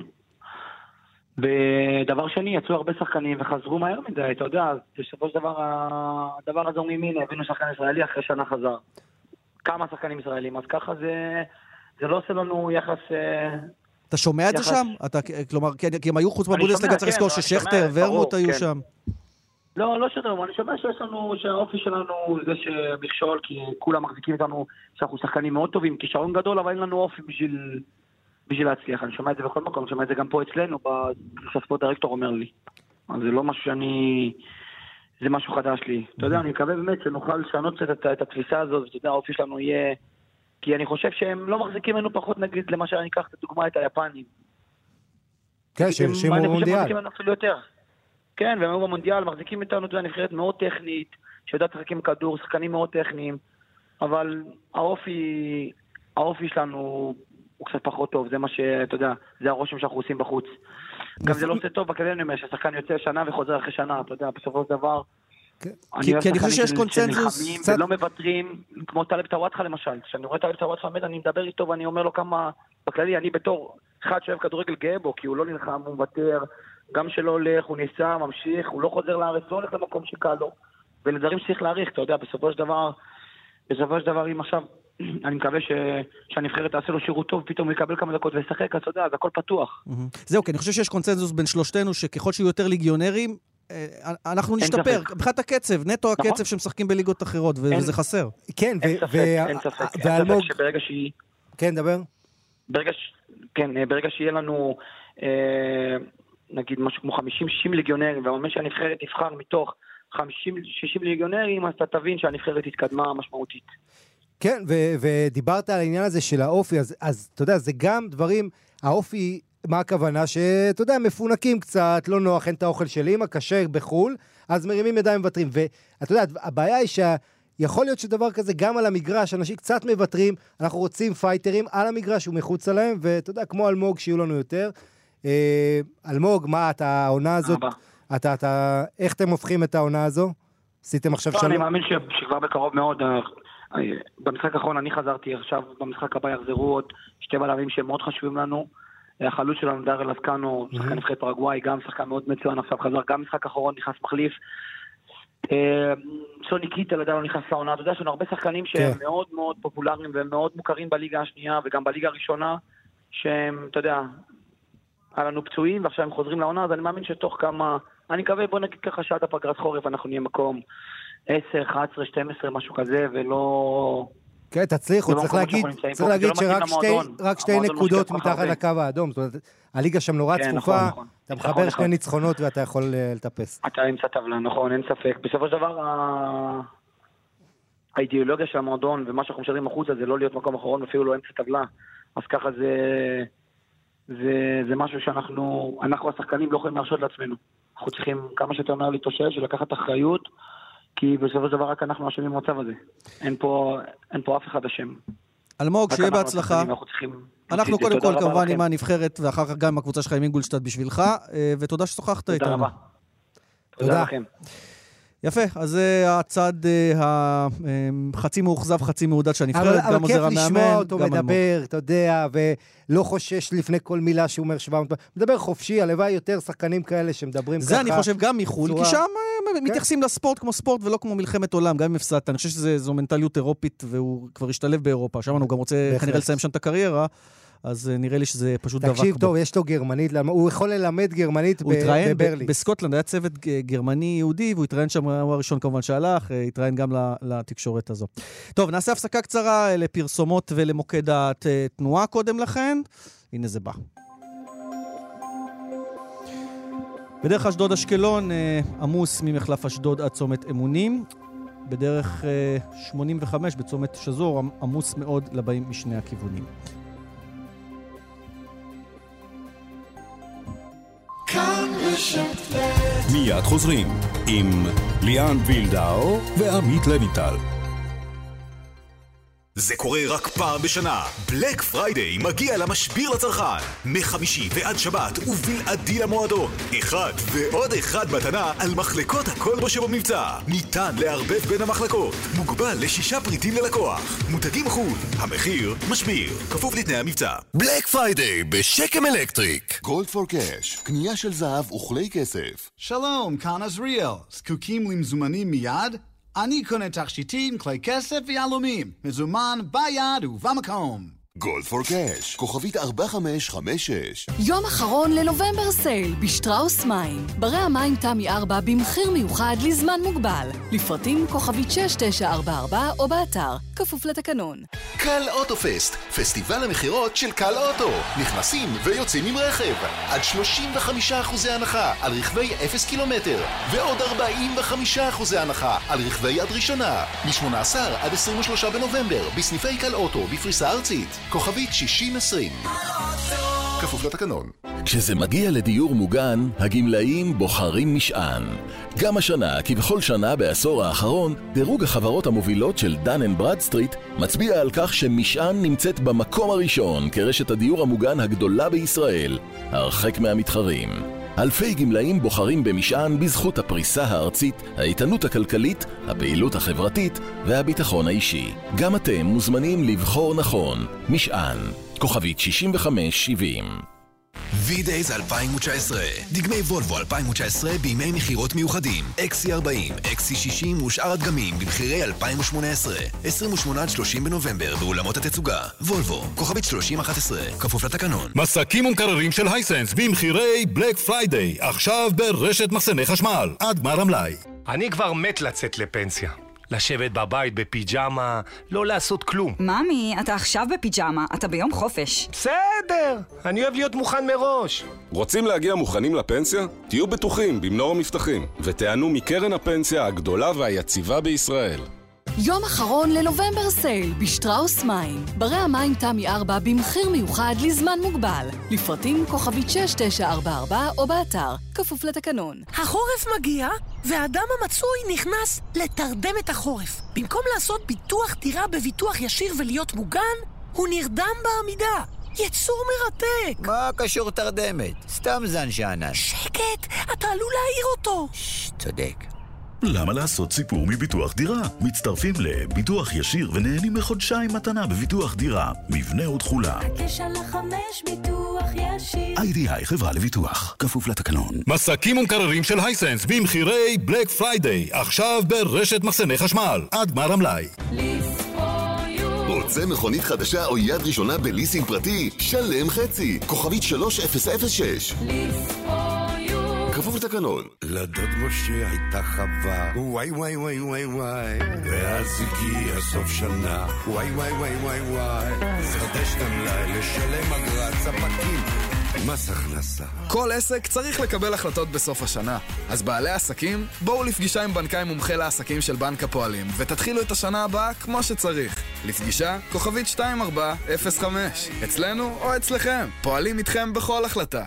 ודבר שני, יצאו הרבה שחקנים וחזרו מהר מדי, אתה יודע, בסופו של דבר, הדבר הזה אומרים, הנה, הבינו שחקן ישראלי, אחרי שנה חזר. כמה שחקנים ישראלים, אז ככה זה לא עושה לנו יחס... אתה שומע את זה שם? כלומר, כי הם היו חוץ מהבונדסליגה, צריך לזכור ששכטר ורמוט היו שם. לא שומע, אני שומע שיש לנו, שהאופי שלנו זה שמכשול, כי כולם מחזיקים איתנו שאנחנו שחקנים מאוד טובים, כישרון גדול, אבל אין לנו אופי בשביל להצליח. אני שומע את זה בכל מקום, אני שומע את זה גם פה אצלנו, בספורט דירקטור אומר לי. אז זה לא משהו זה משהו חדש לי. אתה יודע, אני מקווה באמת שנוכל לשנות את התפיסה הזאת, ואתה יודע, האופי שלנו יהיה... כי אני חושב שהם לא מחזיקים ממנו פחות, נגיד, למשל אני אקח את הדוגמה את היפנים. כן, שהם במונדיאל. אני חושב מחזיקים ממנו אפילו יותר. כן, והם היו במונדיאל, מחזיקים איתנו, אתה יודע, נבחרת מאוד טכנית, שיודעת לשחק עם כדור, שחקנים מאוד טכניים, אבל האופי שלנו הוא קצת פחות טוב, זה מה שאתה יודע, זה הרושם שאנחנו עושים בחוץ. גם זה לא עושה טוב בקדניה, שהשחקן יוצא שנה וחוזר אחרי שנה, אתה יודע, בסופו של דבר... כי אני חושב שיש קונצנזוס... ולא מוותרים, כמו טלב טוואטחה למשל. כשאני רואה טלב טוואטחה עומד, אני מדבר איתו ואני אומר לו כמה... בכללי, אני בתור אחד שאוהב כדורגל גאה בו, כי הוא לא נלחם, הוא מוותר, גם שלא הולך, הוא ניסה, ממשיך, הוא לא חוזר לארץ, לא הולך למקום שקל לו. ולדברים שצריך להעריך, אתה יודע, בסופו של דבר, אם עכשיו... אני מקווה שהנבחרת תעשה לו שירות טוב, פתאום הוא יקבל כמה דקות וישחק, אז אתה יודע, זה הכל פתוח. זהו, כי אני חושב שיש קונצנזוס בין שלושתנו, שככל שיהיו יותר ליגיונרים, אנחנו נשתפר. מבחינת הקצב, נטו הקצב שמשחקים בליגות אחרות, וזה חסר. כן, אין ספק. ואלמוג... שברגע שהיא... כן, דבר. ברגע שיהיה לנו, נגיד, משהו כמו 50-60 ליגיונרים, והאמן שהנבחרת תבחר מתוך 50-60 ליגיונרים, אז אתה תבין שהנבחרת התקדמה משמעותית. כן, ודיברת על העניין הזה של האופי, אז אתה יודע, זה גם דברים, האופי, מה הכוונה? שאתה יודע, מפונקים קצת, לא נוח, אין את האוכל של אמא, קשה בחול, אז מרימים ידיים מבטרים. ואתה יודע, הבעיה היא שיכול להיות שדבר כזה גם על המגרש, אנשים קצת מבטרים, אנחנו רוצים פייטרים על המגרש ומחוץ עליהם, ואתה יודע, כמו אלמוג, שיהיו לנו יותר. אלמוג, מה, העונה הזאת, איך אתם הופכים את העונה הזו? עשיתם עכשיו שלום? אני מאמין שכבר בקרוב מאוד... במשחק האחרון אני חזרתי, עכשיו במשחק הבא יחזרו עוד שתי בלמים שהם מאוד חשובים לנו. החלוץ שלנו דארל אסקנו, שחקן נבחרת פרגוואי, גם שחקן מאוד מצוין, עכשיו חזר, גם משחק האחרון נכנס מחליף. סוני קיטל עדיין לא נכנס לעונה, אתה יודע שיש הרבה שחקנים שהם מאוד מאוד פופולריים ומאוד מוכרים בליגה השנייה וגם בליגה הראשונה, שהם, אתה יודע, היה לנו פצועים ועכשיו הם חוזרים לעונה, אז אני מאמין שתוך כמה, אני מקווה, בוא נגיד ככה שעד הפגרת חורף אנחנו נהיה מקום 10, 11, 12, משהו כזה, ולא... כן, תצליחו, צריך להגיד שרק שתי נקודות מתחת לקו האדום, זאת אומרת, הליגה שם נורא צפופה, אתה מחבר שני ניצחונות ואתה יכול לטפס. אתה אמצע טבלה, נכון, אין ספק. בסופו של דבר, האידיאולוגיה של המועדון ומה שאנחנו משדרים החוצה זה לא להיות מקום אחרון, אפילו לא אמצע טבלה. אז ככה זה משהו שאנחנו השחקנים לא יכולים להרשות לעצמנו. אנחנו צריכים כמה שאתה אומר להתאושש ולקחת אחריות, כי בסופו של דבר רק אנחנו אשמים במצב הזה. אין פה אף אחד אשם. אלמוג, שיהיה בהצלחה. אנחנו קודם כל כמובן עם הנבחרת, ואחר כך גם עם הקבוצה שלך עם אינגולשטאט בשבילך, ותודה ששוחחת איתנו. תודה רבה. תודה לכם. יפה, אז זה הצד החצי מאוכזב, חצי מעודד שהנבחרת, גם עוזר המאמן, אבל כיף לשמוע אותו מדבר, אתה יודע, ולא חושש לפני כל מילה שהוא אומר 700, מדבר חופשי, הלוואי יותר שחקנים כאלה שמדברים ככה. זה אני חושב גם מחול, כי שם מתייחסים לספורט כמו ספורט ולא כמו מלחמת עולם, גם אם הפסדת. אני חושב שזו מנטליות אירופית, והוא כבר השתלב באירופה, שם הוא גם רוצה כנראה לסיים שם את הקריירה, אז נראה לי שזה פשוט דבק בו. תקשיב טוב, יש לו גרמנית, הוא יכול ללמד גרמנית בברלין. בסקוטלנד היה צוות גרמני יהודי, והוא התראיין שם, הוא הראשון כמובן שהלך, התראיין גם לתקשורת הזו. טוב, נעשה הפסקה קצרה לפרסומות ולמוקד התנועה קודם לכן. הנה זה בא. בדרך אשדוד אשקלון, עמוס ממחלף אשדוד עד צומת אמונים. בדרך 85 בצומת שזור, עמוס מאוד לבאים משני הכיוונים. מיד חוזרים עם ליאן וילדאו ועמית לויטל. זה קורה רק פעם בשנה. בלק פריידיי מגיע למשביר לצרכן. מחמישי ועד שבת ובלעדי למועדון. אחד ועוד אחד מתנה על מחלקות הכל בו שבמבצע. ניתן לערבב בין המחלקות. מוגבל ל6 פריטים ללקוח. מותגים חול. המחיר משביר. כפוף לתנאי המבצע. בלק פריידיי בשקם אלקטריק. גולד פור קאש. קנייה של זהב וכלי כסף. שלום, כאן עזריאל. זקוקים למזומנים מיד? אני קונה תכשיטים, כלי כסף ויהלומים. מזומן ביד ובמקום. גולד פור קאש, כוכבית 4556. יום אחרון לנובמבר סייל בשטראוס מים. ברי המים תמי 4 במחיר מיוחד לזמן מוגבל. לפרטים כוכבית 6944 או באתר, כפוף לתקנון. קל אוטופסט, פסטיבל המחירות של קל אוטו. נכנסים ויוצאים עם רכב. עד 35% הנחה על רכבי 0 קילומטר. ועוד 45% הנחה על רכבי יד ראשונה. מ-18 עד 23 בנובמבר בסניפי קל אוטו בפריסה ארצית. כוכבית 6020. כפוף לתקנון. כשזה מגיע לדיור מוגן, הגמלאים בוחרים משען. גם השנה, כבכל שנה בעשור האחרון, דירוג החברות המובילות של דן אנד ברדסטריט מצביע על כך שמשען נמצאת במקום הראשון כרשת הדיור המוגן הגדולה בישראל, הרחק מהמתחרים. אלפי גמלאים בוחרים במשען בזכות הפריסה הארצית, האיתנות הכלכלית, הפעילות החברתית והביטחון האישי. גם אתם מוזמנים לבחור נכון. משען, כוכבית 6570. V-Days 2019, דגמי וולבו 2019 בימי מחירות מיוחדים, XC40, XC60 ושאר הדגמים במחירי 2018, 28-30 בנובמבר באולמות התצוגה. וולבו, כוכבית 3011, כפוף לתקנון. מסקים ומקררים של הייסנס במחירי בלק פריידיי, עכשיו ברשת מחסני חשמל, עד גמר המלאי. אני כבר מת לצאת לפנסיה. לשבת בבית בפיג'מה, לא לעשות כלום. ממי, אתה עכשיו בפיג'מה, אתה ביום חופש. בסדר, אני אוהב להיות מוכן מראש. רוצים להגיע מוכנים לפנסיה? תהיו בטוחים במנור המבטחים, ותענו מקרן הפנסיה הגדולה והיציבה בישראל. יום אחרון לנובמבר סייל בשטראוס מים. ברי המים תמי 4 במחיר מיוחד לזמן מוגבל. לפרטים כוכבית 6944 או באתר, כפוף לתקנון. החורף מגיע והאדם המצוי נכנס לתרדם את החורף. במקום לעשות ביטוח דירה בביטוח ישיר ולהיות מוגן, הוא נרדם בעמידה. יצור מרתק. מה קשור תרדמת? סתם זן שענן. שקט, אתה עלול להעיר אותו. צודק. למה לעשות סיפור מביטוח דירה? מצטרפים לביטוח ישיר ונהנים מחודשיים מתנה בביטוח דירה. מבנה ותחולה. 9-5 ביטוח ישיר. IDI חברה לביטוח. כפוף לתקנון. מסקים ומקררים של הייסנס במחירי בלק פריידיי, עכשיו ברשת מחסני חשמל, עד גמר המלאי. רוצה מכונית חדשה או יד ראשונה בליסינג פרטי? שלם חצי. כוכבית 3006. כפוף לתקנון. לדוד משה הייתה חווה, וואי וואי וואי וואי וואי, ואז הגיע סוף שנה, וואי וואי וואי וואי וואי, חדש תמלאי לשלם אגרת ספקים, מס הכנסה. כל עסק צריך לקבל החלטות בסוף השנה. אז בעלי עסקים, בואו לפגישה עם בנקאי מומחה לעסקים של בנק הפועלים, ותתחילו את השנה הבאה כמו שצריך. לפגישה, כוכבית 2405. אצלנו או אצלכם. פועלים איתכם בכל החלטה.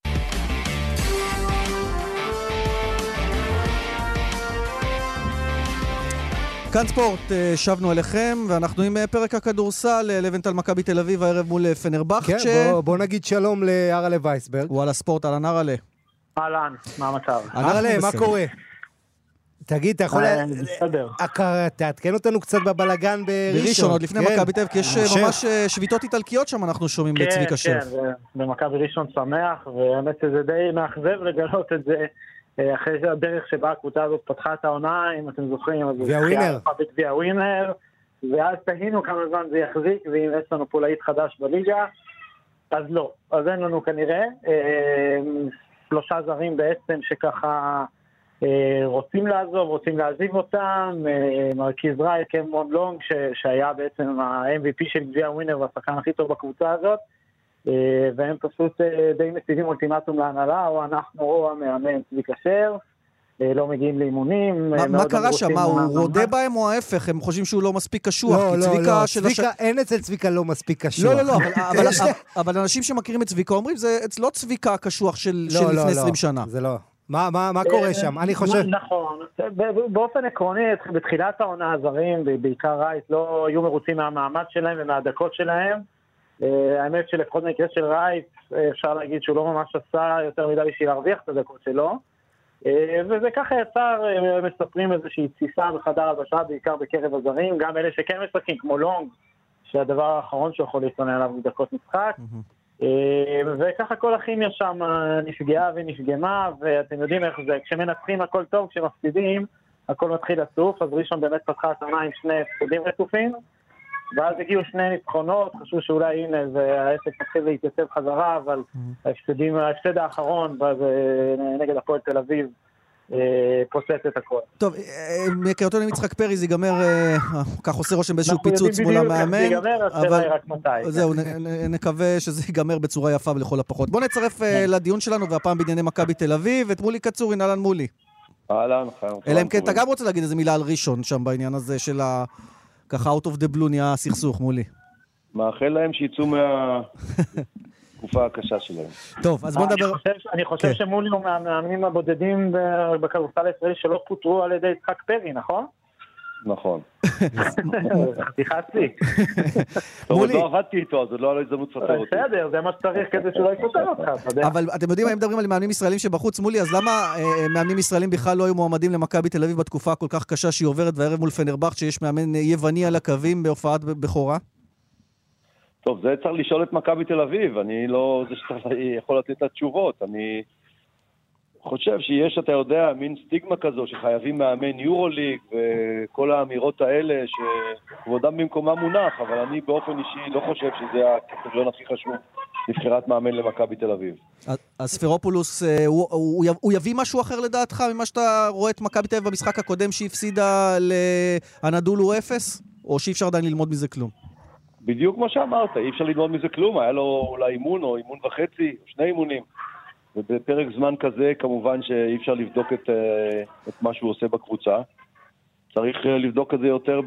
כאן ספורט, שבנו אליכם, ואנחנו עם פרק הכדורסל, לבנטל מכבי תל אביב, הערב מול פנרבחצ'ה. כן, בוא נגיד שלום לארלה וייסברג. וואלה ספורט, אהלן ארלה. אהלן, מה המצב? ארלה, מה קורה? תגיד, אתה יכול... בסדר. תעדכן אותנו קצת בבלגן בראשון. בראשון, עוד לפני מכבי תל אביב, כי יש ממש שביתות איטלקיות שם, אנחנו שומעים בצביקה שף. כן, במכבי ראשון שמח, והאמת שזה די מאכזב לגלות את זה. אחרי זה הדרך שבה הקבוצה הזאת פתחה את העונה, אם אתם זוכרים, והווינר. והווינר, ואז תהינו כמה זמן זה יחזיק, ואם יש לנו פה להיט חדש בליגה, אז לא. אז אין לנו כנראה. 3 זרים בעצם שככה רוצים לעזוב, רוצים להעזיב אותם, מרקיז ראי, קמרון לונג, שהיה בעצם ה-MVP של גביע הווינר והשחקן הכי טוב בקבוצה הזאת, והם פשוט די מציבים אולטימטום להנהלה, או אנחנו או המאמן צביקה שר, לא מגיעים לאימונים. מה קרה שם? הוא רודה בהם או ההפך? הם חושבים שהוא לא מספיק קשוח? לא, אין אצל צביקה לא מספיק קשוח. לא, אבל אנשים שמכירים את צביקה אומרים, זה לא צביקה הקשוח של לפני 20 שנה. זה לא. מה קורה שם? אני חושב... נכון, באופן עקרוני, בתחילת העונה הזרים, בעיקר רייס, לא היו מרוצים מהמעמד שלהם ומהדקות שלהם. האמת שלפחות במקרה של רייס, אפשר להגיד שהוא לא ממש עשה יותר מדי בשביל להרוויח את הדקות שלו. וזה ככה יצר, מספרים איזושהי תסיסה בחדר הלבשה, בעיקר בקרב הזרים, גם אלה שכן משחקים, כמו לונג, שהדבר האחרון שיכול להתכונן עליו בדקות משחק. וככה כל הכימיה שם נפגעה ונפגמה, ואתם יודעים איך זה, כשמנצחים הכל טוב, כשמפסידים, הכל מתחיל לצוף, אז ראשון באמת פתחה השנה עם 2 הפסדים רצופים, ואז הגיעו 2 ניצחונות, חשבו שאולי הנה, והעסק מתחיל להתייצב חזרה, אבל ההפסד האחרון, נגד הפועל תל אביב, פוצץ את הכל. טוב, מהיכרותו עם יצחק פרי זה ייגמר, כך עושה רושם באיזשהו פיצוץ מול המאמן, אבל זהו, נקווה שזה ייגמר בצורה יפה ולכל הפחות. בוא נצרף לדיון שלנו, והפעם בענייני מכבי תל אביב, את מולי קצורין, אהלן מולי. אהלן, אלא אם כן, אתה גם רוצה להגיד איזה מילה על ראשון שם בעניין הזה של ככה out of the blue נהיה סכסוך מולי. מאחל להם שיצאו תקופה הקשה שלהם. טוב, אז בוא נדבר... אני חושב שמולי הוא מהמאמנים הבודדים בכדורסל הישראלי שלא פוטרו על ידי יצחק פרי, נכון? נכון. חתיכת לי. טוב, עוד לא עבדתי איתו, אז עוד לא היה לו הזדמנות לפטר אותי. בסדר, זה מה שצריך כדי שלא יפטר אותך. אבל אתם יודעים, הם מדברים על מאמנים ישראלים שבחוץ מולי, אז למה מאמנים ישראלים בכלל לא היו מועמדים למכבי תל אביב בתקופה כל כך קשה שהיא עוברת והערב מול פנרבכט שיש מאמן יווני על הקווים בהופעת בכורה? טוב, זה צריך לשאול את מכבי תל אביב, אני לא זה שיכול לתת את התשובות, אני חושב שיש, אתה יודע, מין סטיגמה כזו שחייבים מאמן יורוליג וכל האמירות האלה שכבודם במקומה מונח, אבל אני באופן אישי לא חושב שזה הקריטריון הכי חשוב לבחירת מאמן למכבי תל אביב. אז ספירופולוס, הוא יביא משהו אחר לדעתך ממה שאתה רואה את מכבי תל אביב במשחק הקודם שהפסידה לאנדולו 0, או שאי אפשר עדיין ללמוד מזה כלום? בדיוק כמו שאמרת, אי אפשר ללמוד מזה כלום, היה לו אולי אימון או אימון וחצי, 2 אימונים. ובפרק זמן כזה כמובן שאי אפשר לבדוק את מה שהוא עושה בקבוצה. צריך לבדוק את זה יותר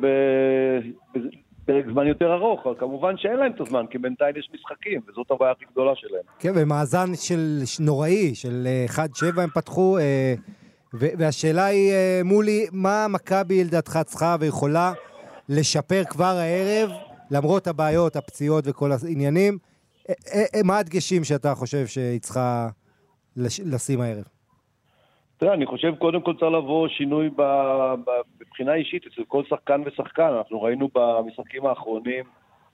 בפרק זמן יותר ארוך, אבל כמובן שאין להם את הזמן, כי בינתיים יש משחקים, וזאת הבעיה הכי גדולה שלהם. כן, במאזן נוראי, של 1-7 הם פתחו, והשאלה היא, מולי, מה מכבי לדעתך צריכה ויכולה לשפר כבר הערב, למרות הבעיות, הפציעות וכל העניינים, מה הדגשים שאתה חושב שהיא צריכה לשים הערב? תראה, אני חושב קודם כל צריך לבוא שינוי בבחינה אישית אצל כל שחקן ושחקן. אנחנו ראינו במשחקים האחרונים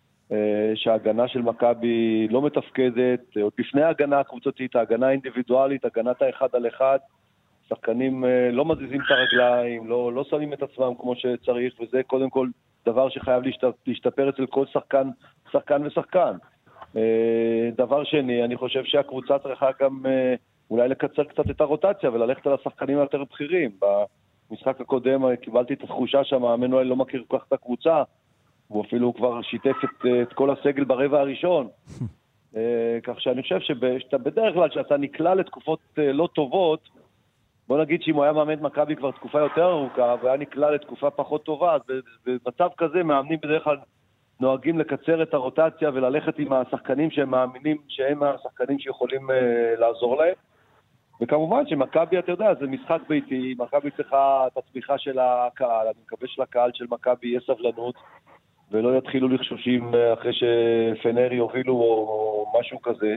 שההגנה של מכבי לא מתפקדת, עוד לפני ההגנה הקבוצתית, ההגנה האינדיבידואלית, הגנת האחד על אחד, שחקנים לא מזיזים את הרגליים, לא שמים את עצמם כמו שצריך, וזה קודם כל דבר שחייב להשתפר אצל כל שחקן ושחקן. דבר שני, אני חושב שהקבוצה צריכה גם אולי לקצר קצת את הרוטציה וללכת על השחקנים היותר בכירים. במשחק הקודם קיבלתי את התחושה שהמאמן אולי לא מכיר כל כך את הקבוצה, הוא אפילו כבר שיתף את כל הסגל ברבע הראשון. כך שאני חושב שבדרך כלל שאתה נקלע לתקופות לא טובות, בוא נגיד שאם הוא היה מאמן מכבי כבר תקופה יותר ארוכה והיה נקלע לתקופה פחות טובה, אז במצב כזה מאמנים בדרך כלל נוהגים לקצר את הרוטציה וללכת עם השחקנים שהם מאמינים שהם השחקנים שיכולים לעזור להם. וכמובן שמכבי, אתה יודע, זה משחק ביתי, מכבי צריכה את התמיכה של הקהל, אני מקווה שלקהל של מכבי יהיה סבלנות, ולא יתחילו לחשושים אחרי שפנר יובילו או משהו כזה.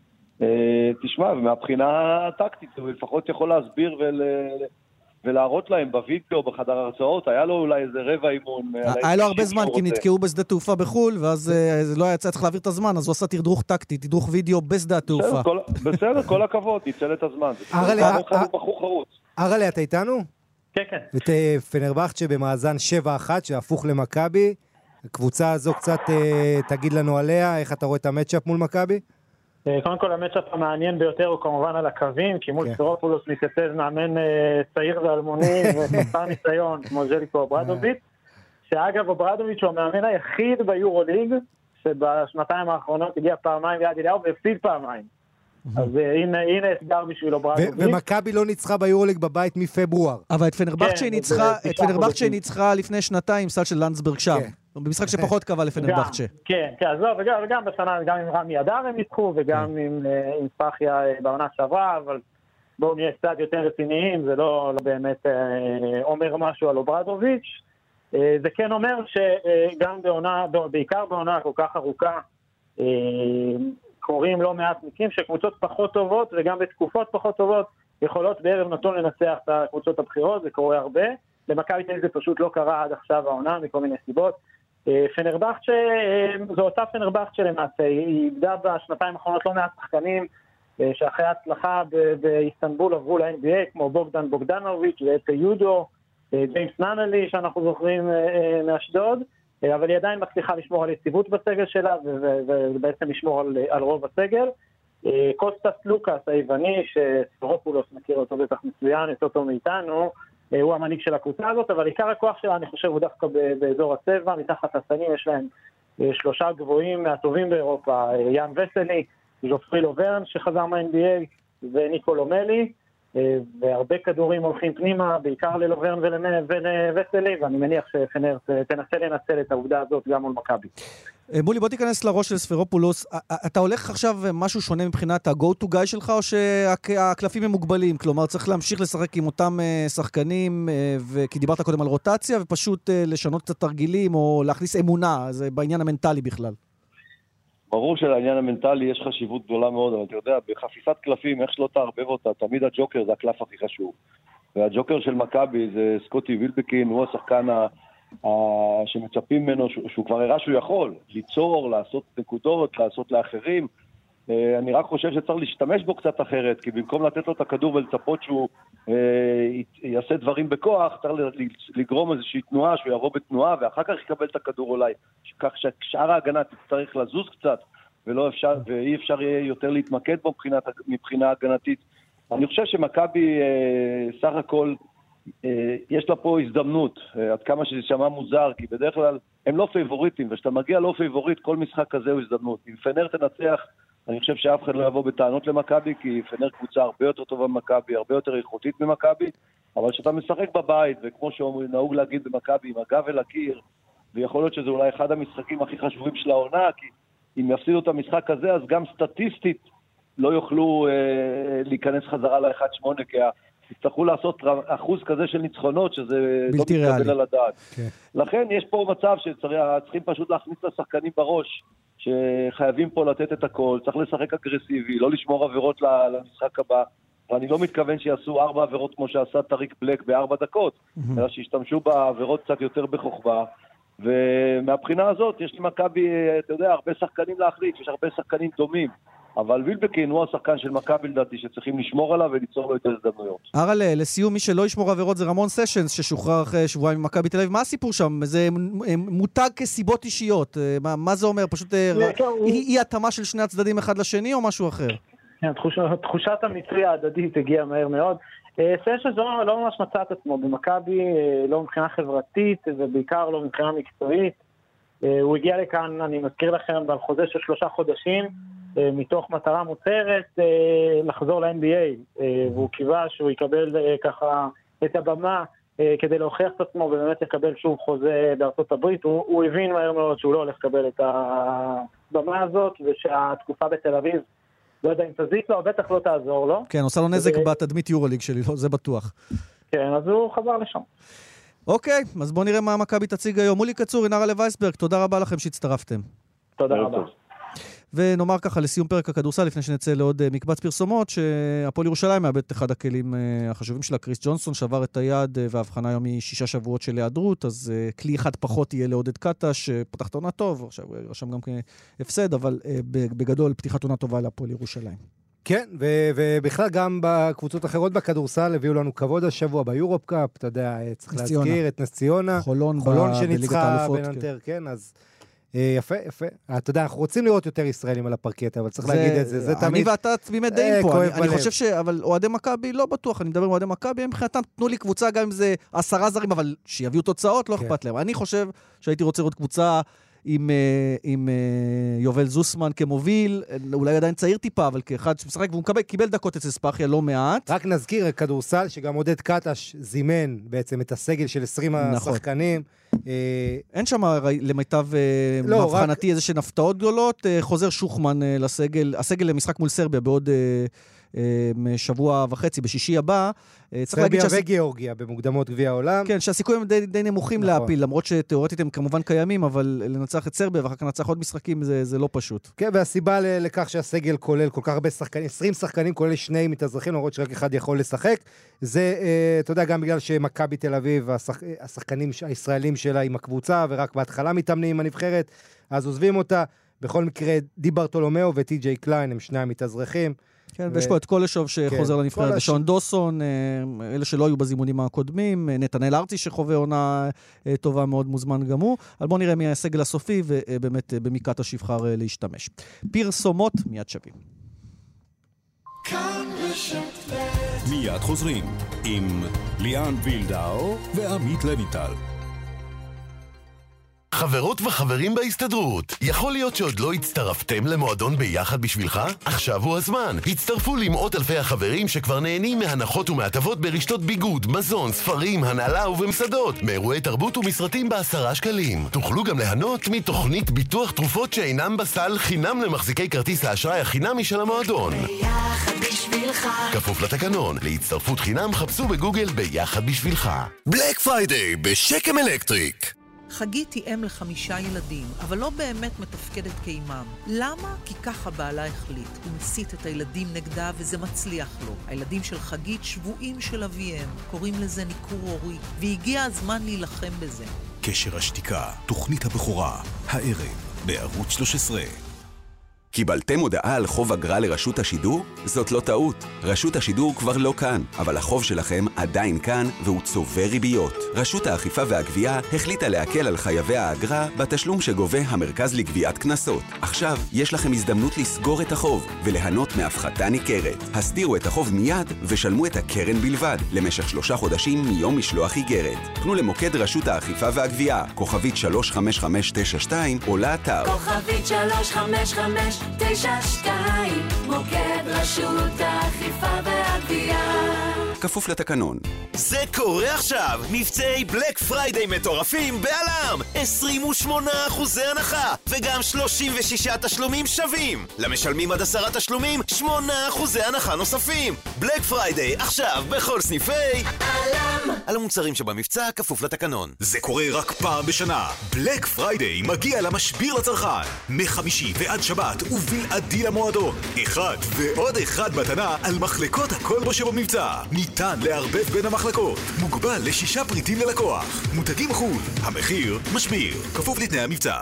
תשמע, ומהבחינה הטקטית, הוא לפחות יכול להסביר ולהראות להם בווידאו, בחדר הרצאות, היה לו אולי איזה רבע אימון. היה לו הרבה זמן, כי נתקעו בשדה תעופה בחול, ואז לא היה צריך להעביר את הזמן, אז הוא עשה תדרוך טקטי, תדרוך וידאו בשדה התעופה. בסדר, כל הכבוד, ניצל את הזמן. ארלה, אתה איתנו? כן, כן. ואת פנרבכט שבמאזן 7-1, שהפוך למכבי, הקבוצה הזו קצת תגיד לנו עליה, איך אתה רואה את המצ'אפ מול מכבי? קודם כל המצ'אפ המעניין ביותר הוא כמובן על הקווים, כי מול ספירופולוס מתייצב מאמן צעיר ואלמוני וחסר ניסיון כמו ז'ליקו אוברדוביץ', שאגב אוברדוביץ' הוא המאמן היחיד ביורוליג שבשנתיים האחרונות הגיע פעמיים ליד אליהו והפסיד פעמיים. אז הנה אתגר בשביל אוברדוביץ'. ומכבי לא ניצחה ביורוליג בבית מפברואר. אבל את פנרבכט שהיא ניצחה לפני שנתיים, סל של לנדסברג שם. במשחק שפחות קבע לפנרבכט. כן, וגם בשנה, גם עם רמי אדר הם ניצחו, וגם עם ספחיה בעונה שעברה, אבל בואו נהיה קצת יותר רציניים, זה לא באמת אומר משהו על אוברדוביץ'. זה כן אומר שגם בעיקר בעונה כל כך ארוכה, קוראים לא מעט מקרים שקבוצות פחות טובות וגם בתקופות פחות טובות יכולות בערב נתון לנצח את הקבוצות הבחירות, זה קורה הרבה. למכבי תל אביב זה פשוט לא קרה עד עכשיו העונה מכל מיני סיבות. פנרבחצ'ה, זו אותה פנרבחצ'ה למעשה, היא איבדה בשנתיים האחרונות לא מעט שחקנים שאחרי ההצלחה באיסטנבול עברו ל-NBA, כמו בוגדן בוגדנוביץ' ואתה יודו, ג'יימס נאנלי שאנחנו זוכרים מאשדוד, אבל היא עדיין מצליחה לשמור על יציבות בסגל שלה ובעצם לשמור על רוב הסגל. קוסטס לוקאס היווני, שספרופולוס מכיר אותו בטח מצוין, את אותו מאיתנו, הוא המנהיג של הקבוצה הזאת, אבל עיקר הכוח שלה אני חושב הוא דווקא באזור הצבע, מתחת לסנים יש להם 3 גבוהים מהטובים באירופה, יאן וסלי, ז'ופרי לוברן שחזר מה-NBA וניקולו מלי, והרבה כדורים הולכים פנימה, בעיקר ללוברן ולווסלי, ואני מניח שפנר תנסה לנצל את העובדה הזאת גם מול מכבי. מולי, בוא תיכנס לראש של ספרופולוס. אתה הולך עכשיו משהו שונה מבחינת ה-go to guy שלך, או שהקלפים הם מוגבלים? כלומר, צריך להמשיך לשחק עם אותם שחקנים, כי דיברת קודם על רוטציה, ופשוט לשנות את התרגילים, או להכניס אמונה, זה בעניין המנטלי בכלל. ברור שלעניין המנטלי יש חשיבות גדולה מאוד, אבל אתה יודע, בחפיסת קלפים, איך שלא תערבב אותה, תמיד הג'וקר זה הקלף הכי חשוב. והג'וקר של מכבי זה סקוטי וילבקין, הוא השחקן שמצפים ממנו, שהוא כבר הראה שהוא יכול, ליצור, לעשות נקודות, לעשות לאחרים. אני רק חושב שצריך להשתמש בו קצת אחרת, כי במקום לתת לו את הכדור ולצפות שהוא יעשה דברים בכוח, צריך לגרום איזושהי תנועה, שהוא יבוא בתנועה, ואחר כך יקבל את הכדור אולי, כך ששאר ההגנה צריך לזוז קצת, ואי אפשר יהיה יותר להתמקד בו מבחינה הגנתית. אני חושב שמכבי סך הכל, יש לה פה הזדמנות, עד כמה שזה שמע מוזר, כי בדרך כלל הם לא פייבוריטים, וכשאתה מגיע לא פייבוריט, כל משחק כזה הוא הזדמנות. אם פנר תנצח, אני חושב שאף אחד לא יבוא בטענות למכבי, כי פנר קבוצה הרבה יותר טובה ממכבי, הרבה יותר איכותית ממכבי, אבל כשאתה משחק בבית, וכמו שנהוג להגיד במכבי, עם הגב אל הקיר, ויכול להיות שזה אולי אחד המשחקים הכי חשובים של העונה, כי אם יפסידו את המשחק הזה, אז גם סטטיסטית לא יוכלו להיכנס חזרה ל-1-8, כי יצטרכו לעשות אחוז כזה של ניצחונות, שזה לא מתקבל על הדעת. לכן יש פה מצב שצריכים פשוט להכניס לשחקנים בראש, שחייבים פה לתת את הכל, צריך לשחק אגרסיבי, לא לשמור עבירות למשחק הבא, ואני לא מתכוון שיעשו 4 עבירות כמו שעשה טריק בלק ב4 דקות, אלא שישתמשו בעבירות קצת יותר בחוכבה, ומהבחינה הזאת יש למכבי, אתה יודע, הרבה שחקנים להחליט, יש הרבה שחקנים דומים, אבל וילבקין הוא השחקן של מכבי לדעתי שצריכים לשמור עליו וליצור לו יותר הזדמנויות. ארלה, לסיום, מי שלא ישמור עבירות זה רמון סשנס ששוחרר אחרי שבועיים ממכבי תל אביב. מה הסיפור שם? זה מותג כסיבות אישיות. מה זה אומר? פשוט אי התאמה של שני הצדדים אחד לשני או משהו אחר? תחושת המיצוי ההדדית הגיעה מהר מאוד. סשנס לא ממש מצא את עצמו במכבי, לא מבחינה חברתית ובעיקר לא מבחינה מקצועית. הוא הגיע לכאן, אני מזכיר לכם, על חוזה של 3 חודשים, מתוך מטרה מוצהרת לחזור ל-NBA, והוא קיווה שהוא יקבל ככה את הבמה כדי להוכיח את עצמו ובאמת יקבל שוב חוזה בארצות הברית. הוא הבין מהר מאוד שהוא לא הולך לקבל את הבמה הזאת, ושהתקופה בתל אביב, לא יודע אם תזיק לו, בטח לא תעזור לו. כן, עושה לו נזק בתדמית יורוליג שלי, זה בטוח. כן, אז הוא חזר לשם. אוקיי, אז בואו נראה מה מכבי תציג היום. מולי קצור, ארלה וייסברג, תודה רבה לכם שהצטרפתם. תודה רבה. ונאמר ככה לסיום פרק הכדורסל, לפני שנצא לעוד מקבץ פרסומות, שהפועל ירושלים מאבד את אחד הכלים החשובים שלה, קריס ג'ונסון, שבר את היד וההבחנה היום היא 6 שבועות של היעדרות, אז כלי אחד פחות יהיה לעודד קטש, פתח עונה טוב, עכשיו רשם גם כהפסד, אבל בגדול פתיחת עונה טובה להפועל ירושלים. כן, ובכלל גם בקבוצות אחרות בכדורסל הביאו לנו כבוד השבוע ביורופ קאפ, אתה יודע, צריך להזכיר את נס ציונה, חולון שניצחה בננטר, כן, אז יפה, יפה. אתה יודע, אנחנו רוצים לראות יותר ישראלים על הפרקט, אבל צריך להגיד את זה. זה תמיד... אני ואתה תמימת דעים פה. אני חושב אבל אוהדי מכבי לא בטוח. אני מדבר עם אוהדי מכבי, הם מבחינתם תנו לי קבוצה גם אם זה 10 זרים, אבל שיביאו תוצאות, לא אכפת להם. אני חושב שהייתי רוצה לראות קבוצה עם יובל זוסמן כמוביל, אולי עדיין צעיר טיפה, אבל כאחד שמשחק, והוא קיבל דקות אצל ספחיה לא מעט. רק נזכיר, כדורסל, שגם עודד קטש זימן בעצם את הסגל של 20 השחקנים. אין שם למיטב מבחנתי איזה שנפתעות גדולות, חוזר שוחמן לסגל, הסגל למשחק מול סרביה בעוד שבוע וחצי, בשישי הבא. סרביה וגיאורגיה במוקדמות גביע העולם. כן, שהסיכויים די נמוכים להפיל, למרות שתיאורטית הם כמובן קיימים, אבל לנצח את סרביה ואחר כך לנצח עוד משחקים זה לא פשוט. כן, והסיבה לכך שהסגל כולל כל כך הרבה שחקנים, 20 שחקנים כולל 2 מתאזרחים, למרות שרק אחד יכול לשחק. זה, אתה יודע, גם בגלל שמכבי תל אביב, השחקנים הישראלים שלה עם הקבוצה, ורק בהתחלה מתאמנים עם הנבחרת, אז עוזבים אותה. בכל מקרה, די ברטולומיאו וטי.ג'יי קליין הם 2 מתאזרחים. כן, ויש פה את קולשוב שחוזר לנבחרת, ושון דוסון, אלה שלא היו בזימונים הקודמים, נתנאל ארצי שחווה עונה טובה מאוד מוזמן גם הוא, אבל בואו נראה מי הסגל הסופי, ובאמת במיקת השבחר להשתמש. פרסומות מיד שווים. מיד חוזרים עם ליאן וילדאו ועמית לויטל. חברות וחברים בהסתדרות, יכול להיות שעוד לא הצטרפתם למועדון ביחד בשבילך? עכשיו הוא הזמן. הצטרפו למאות אלפי החברים שכבר נהנים מהנחות ומהטבות ברשתות ביגוד, מזון, ספרים, הנעלה ובמסעדות, מאירועי תרבות ומסרטים ב10 שקלים. תוכלו גם ליהנות מתוכנית ביטוח תרופות שאינם בסל חינם למחזיקי כרטיס האשראי החינמי של המועדון. ביחד בשבילך. כפוף לתקנון, להצטרפות חינם חפשו בגוגל ביחד בשבילך. בלק פריידיי בשקם אלקטריק. חגית היא אם ל5 ילדים, אבל לא באמת מתפקדת כאימם. למה? כי ככה בעלה החליט. הוא מסית את הילדים נגדה וזה מצליח לו. הילדים של חגית שבועים של אביהם. קוראים לזה ניכור הורי, והגיע הזמן להילחם בזה. קשר השתיקה, תוכנית הבכורה, הערב, בערוץ 13. קיבלתם הודעה על חוב אגרה לרשות השידור? זאת לא טעות. רשות השידור כבר לא כאן, אבל החוב שלכם עדיין כאן והוא צובר ריביות. רשות האכיפה והגבייה החליטה להקל על חייבי האגרה בתשלום שגובה המרכז לגביית קנסות. עכשיו יש לכם הזדמנות לסגור את החוב וליהנות מהפחתה ניכרת. הסדירו את החוב מיד ושלמו את הקרן בלבד למשך 3 חודשים מיום משלוח איגרת. פנו למוקד רשות האכיפה והגבייה, כוכבית 35592 או לאתר. כוכבית 35592 מוקד רשות האכיפה והגבייה. כפוף לתקנון. זה קורה עכשיו! מבצעי בלק פריידיי מטורפים באלארם! 28% הנחה! וגם 36 תשלומים שווים! למשלמים עד 10 תשלומים, 8% הנחה נוספים! בלק פריידיי עכשיו בכל סניפי אלארם! על המוצרים שבמבצע כפוף לתקנון. זה קורה רק פעם בשנה. בלק פריידיי מגיע למשביר לצרכן. מחמישי ועד שבת ובלעדי למועדון. 1 ועוד 1 מתנה על מחלקות הכל בו שבמבצע. ניתן לערבב בין המחלקות. מוגבל ל6 פריטים ללקוח. מותגים מחול. המחיר משביר. כפוף לתנאי המבצע.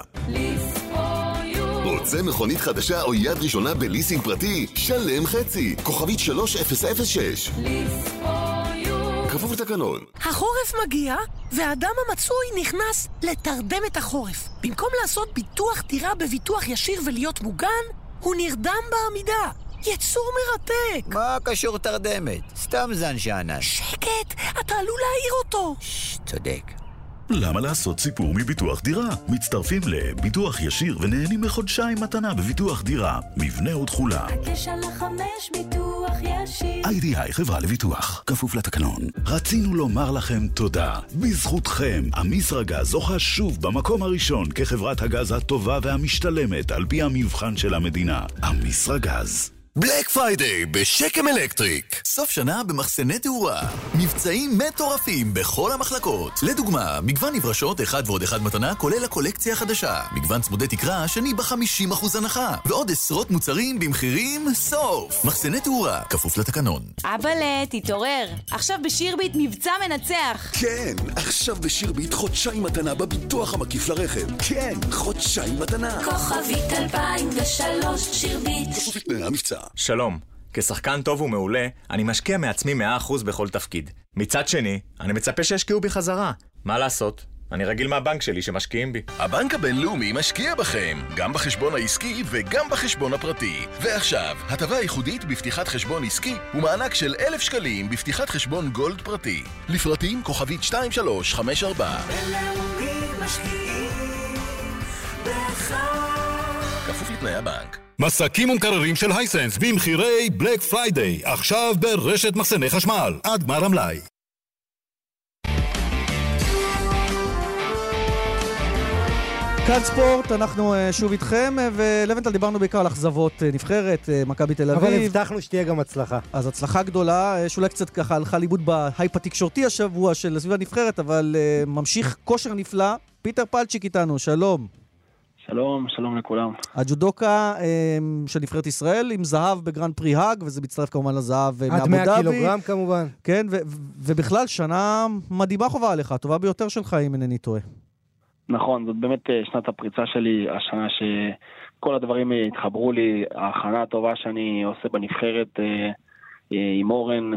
רוצה מכונית חדשה או יד ראשונה בליסינג פרטי? שלם חצי. כוכבית 3006. כפוף לתקנון. החורף מגיע, והאדם המצוי נכנס לתרדם את החורף. במקום לעשות ביטוח דירה בביטוח ישיר ולהיות מוגן, הוא נרדם בעמידה. יצור מרתק. מה קשור תרדמת? סתם זן שענן. שקט, אתה עלול להעיר אותו. צודק. למה לעשות סיפור מביטוח דירה? מצטרפים לביטוח ישיר ונהנים מחודשיים מתנה בביטוח דירה. מבנה ותחולה. 9-5 ביטוח ישיר. IDI חברה לביטוח. כפוף לתקנון. רצינו לומר לכם תודה. בזכותכם, אמישרגז זוכה שוב במקום הראשון כחברת הגז הטובה והמשתלמת על פי המבחן של המדינה. אמישרגז. בלק פריידיי בשקם אלקטריק. סוף שנה במחסני תאורה. מבצעים מטורפים בכל המחלקות. לדוגמה, מגוון נברשות 1 ועוד 1 מתנה כולל הקולקציה החדשה. מגוון צמודי תקרה שני ב50% הנחה. ועוד עשרות מוצרים במחירים סוף. מחסני תאורה, כפוף לתקנון. אבאלה, תתעורר. עכשיו בשירביט מבצע מנצח. כן, עכשיו בשירביט חודשיים מתנה בביטוח המקיף לרכב. כן, חודשיים מתנה. כוכבית 2003 שירביט. כפוף לתנאי המבצע. שלום, כשחקן טוב ומעולה, אני משקיע מעצמי 100% בכל תפקיד. מצד שני, אני מצפה שישקיעו בי חזרה. מה לעשות? אני רגיל מהבנק שלי שמשקיעים בי. הבנק הבינלאומי משקיע בכם, גם בחשבון העסקי וגם בחשבון הפרטי. ועכשיו, הטבה ייחודית בפתיחת חשבון עסקי ומענק של 1,000 שקלים בפתיחת חשבון גולד פרטי. לפרטים כוכבית 2354. בינלאומי משקיעים בך. כפוף לתנאי הבנק. מסקים ומקררים של הייסנס במחירי בלק פריידיי, עכשיו ברשת מחסני חשמל, עד גמר המלאי. כאן ספורט, אנחנו שוב איתכם, ולבנטל דיברנו בעיקר על אכזבות נבחרת, מכבי תל אביב. אבל הבטחנו שתהיה גם הצלחה. אז הצלחה גדולה, שאולי קצת ככה הלכה לאיבוד בהייפ התקשורתי השבוע של סביב הנבחרת, אבל ממשיך כושר נפלא. פיטר פלצ'יק איתנו, שלום. שלום, שלום לכולם. הג'ודוקה של נבחרת ישראל עם זהב בגרנד פרי האג, וזה מצטרף כמובן לזהב מאבו דאבי. עד 100 קילוגרם כמובן. כן, ובכלל שנה מדהימה חובה עליך, הטובה ביותר שלך אם אינני טועה. נכון, זאת באמת שנת הפריצה שלי, השנה שכל הדברים התחברו לי, ההכנה הטובה שאני עושה בנבחרת עם אורן,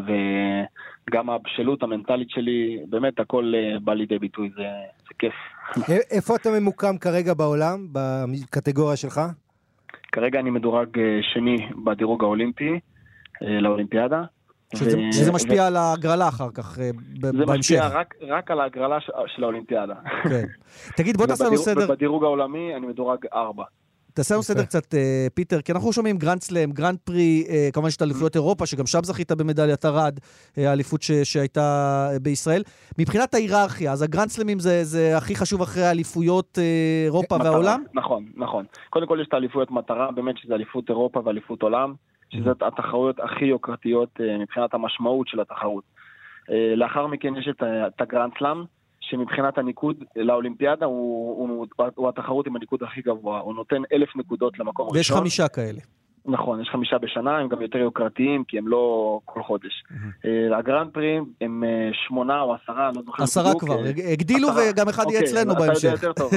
וגם הבשלות המנטלית שלי, באמת הכל בא לידי ביטוי, זה כיף. איפה אתה ממוקם כרגע בעולם, בקטגוריה שלך? כרגע אני מדורג שני בדירוג האולימפי, לאולימפיאדה. שזה משפיע על ההגרלה אחר כך, בהמשך. זה משפיע רק על ההגרלה של האולימפיאדה. כן. תגיד, בוא תעשה לנו סדר. ובדירוג העולמי אני מדורג 4. תעשה לנו סדר קצת, פיטר, כי אנחנו שומעים גרנד סלאם, גרנד פרי, כמובן שאת אליפויות אירופה, שגם שם זכית במדליית ארד, האליפות שהייתה בישראל. מבחינת ההיררכיה, אז הגרנד סלאמים זה הכי חשוב אחרי האליפויות אירופה והעולם? נכון, נכון. קודם כל יש את האליפויות מטרה, באמת שזה אליפות אירופה ואליפות עולם. שזאת התחרויות הכי יוקרתיות מבחינת המשמעות של התחרות. לאחר מכן יש את הגרנד סלאם, שמבחינת הניקוד לאולימפיאדה הוא התחרות עם הניקוד הכי גבוה. הוא נותן 1,000 נקודות למקום ראשון. ויש 5 כאלה. נכון, יש 5 בשנה, הם גם יותר יוקרתיים, כי הם לא כל חודש. הגרנד פרי הם 8 או 10, לא זוכר. 10 כבר, הגדילו וגם אחד יהיה אצלנו בהמשך. אתה יודע יותר טוב.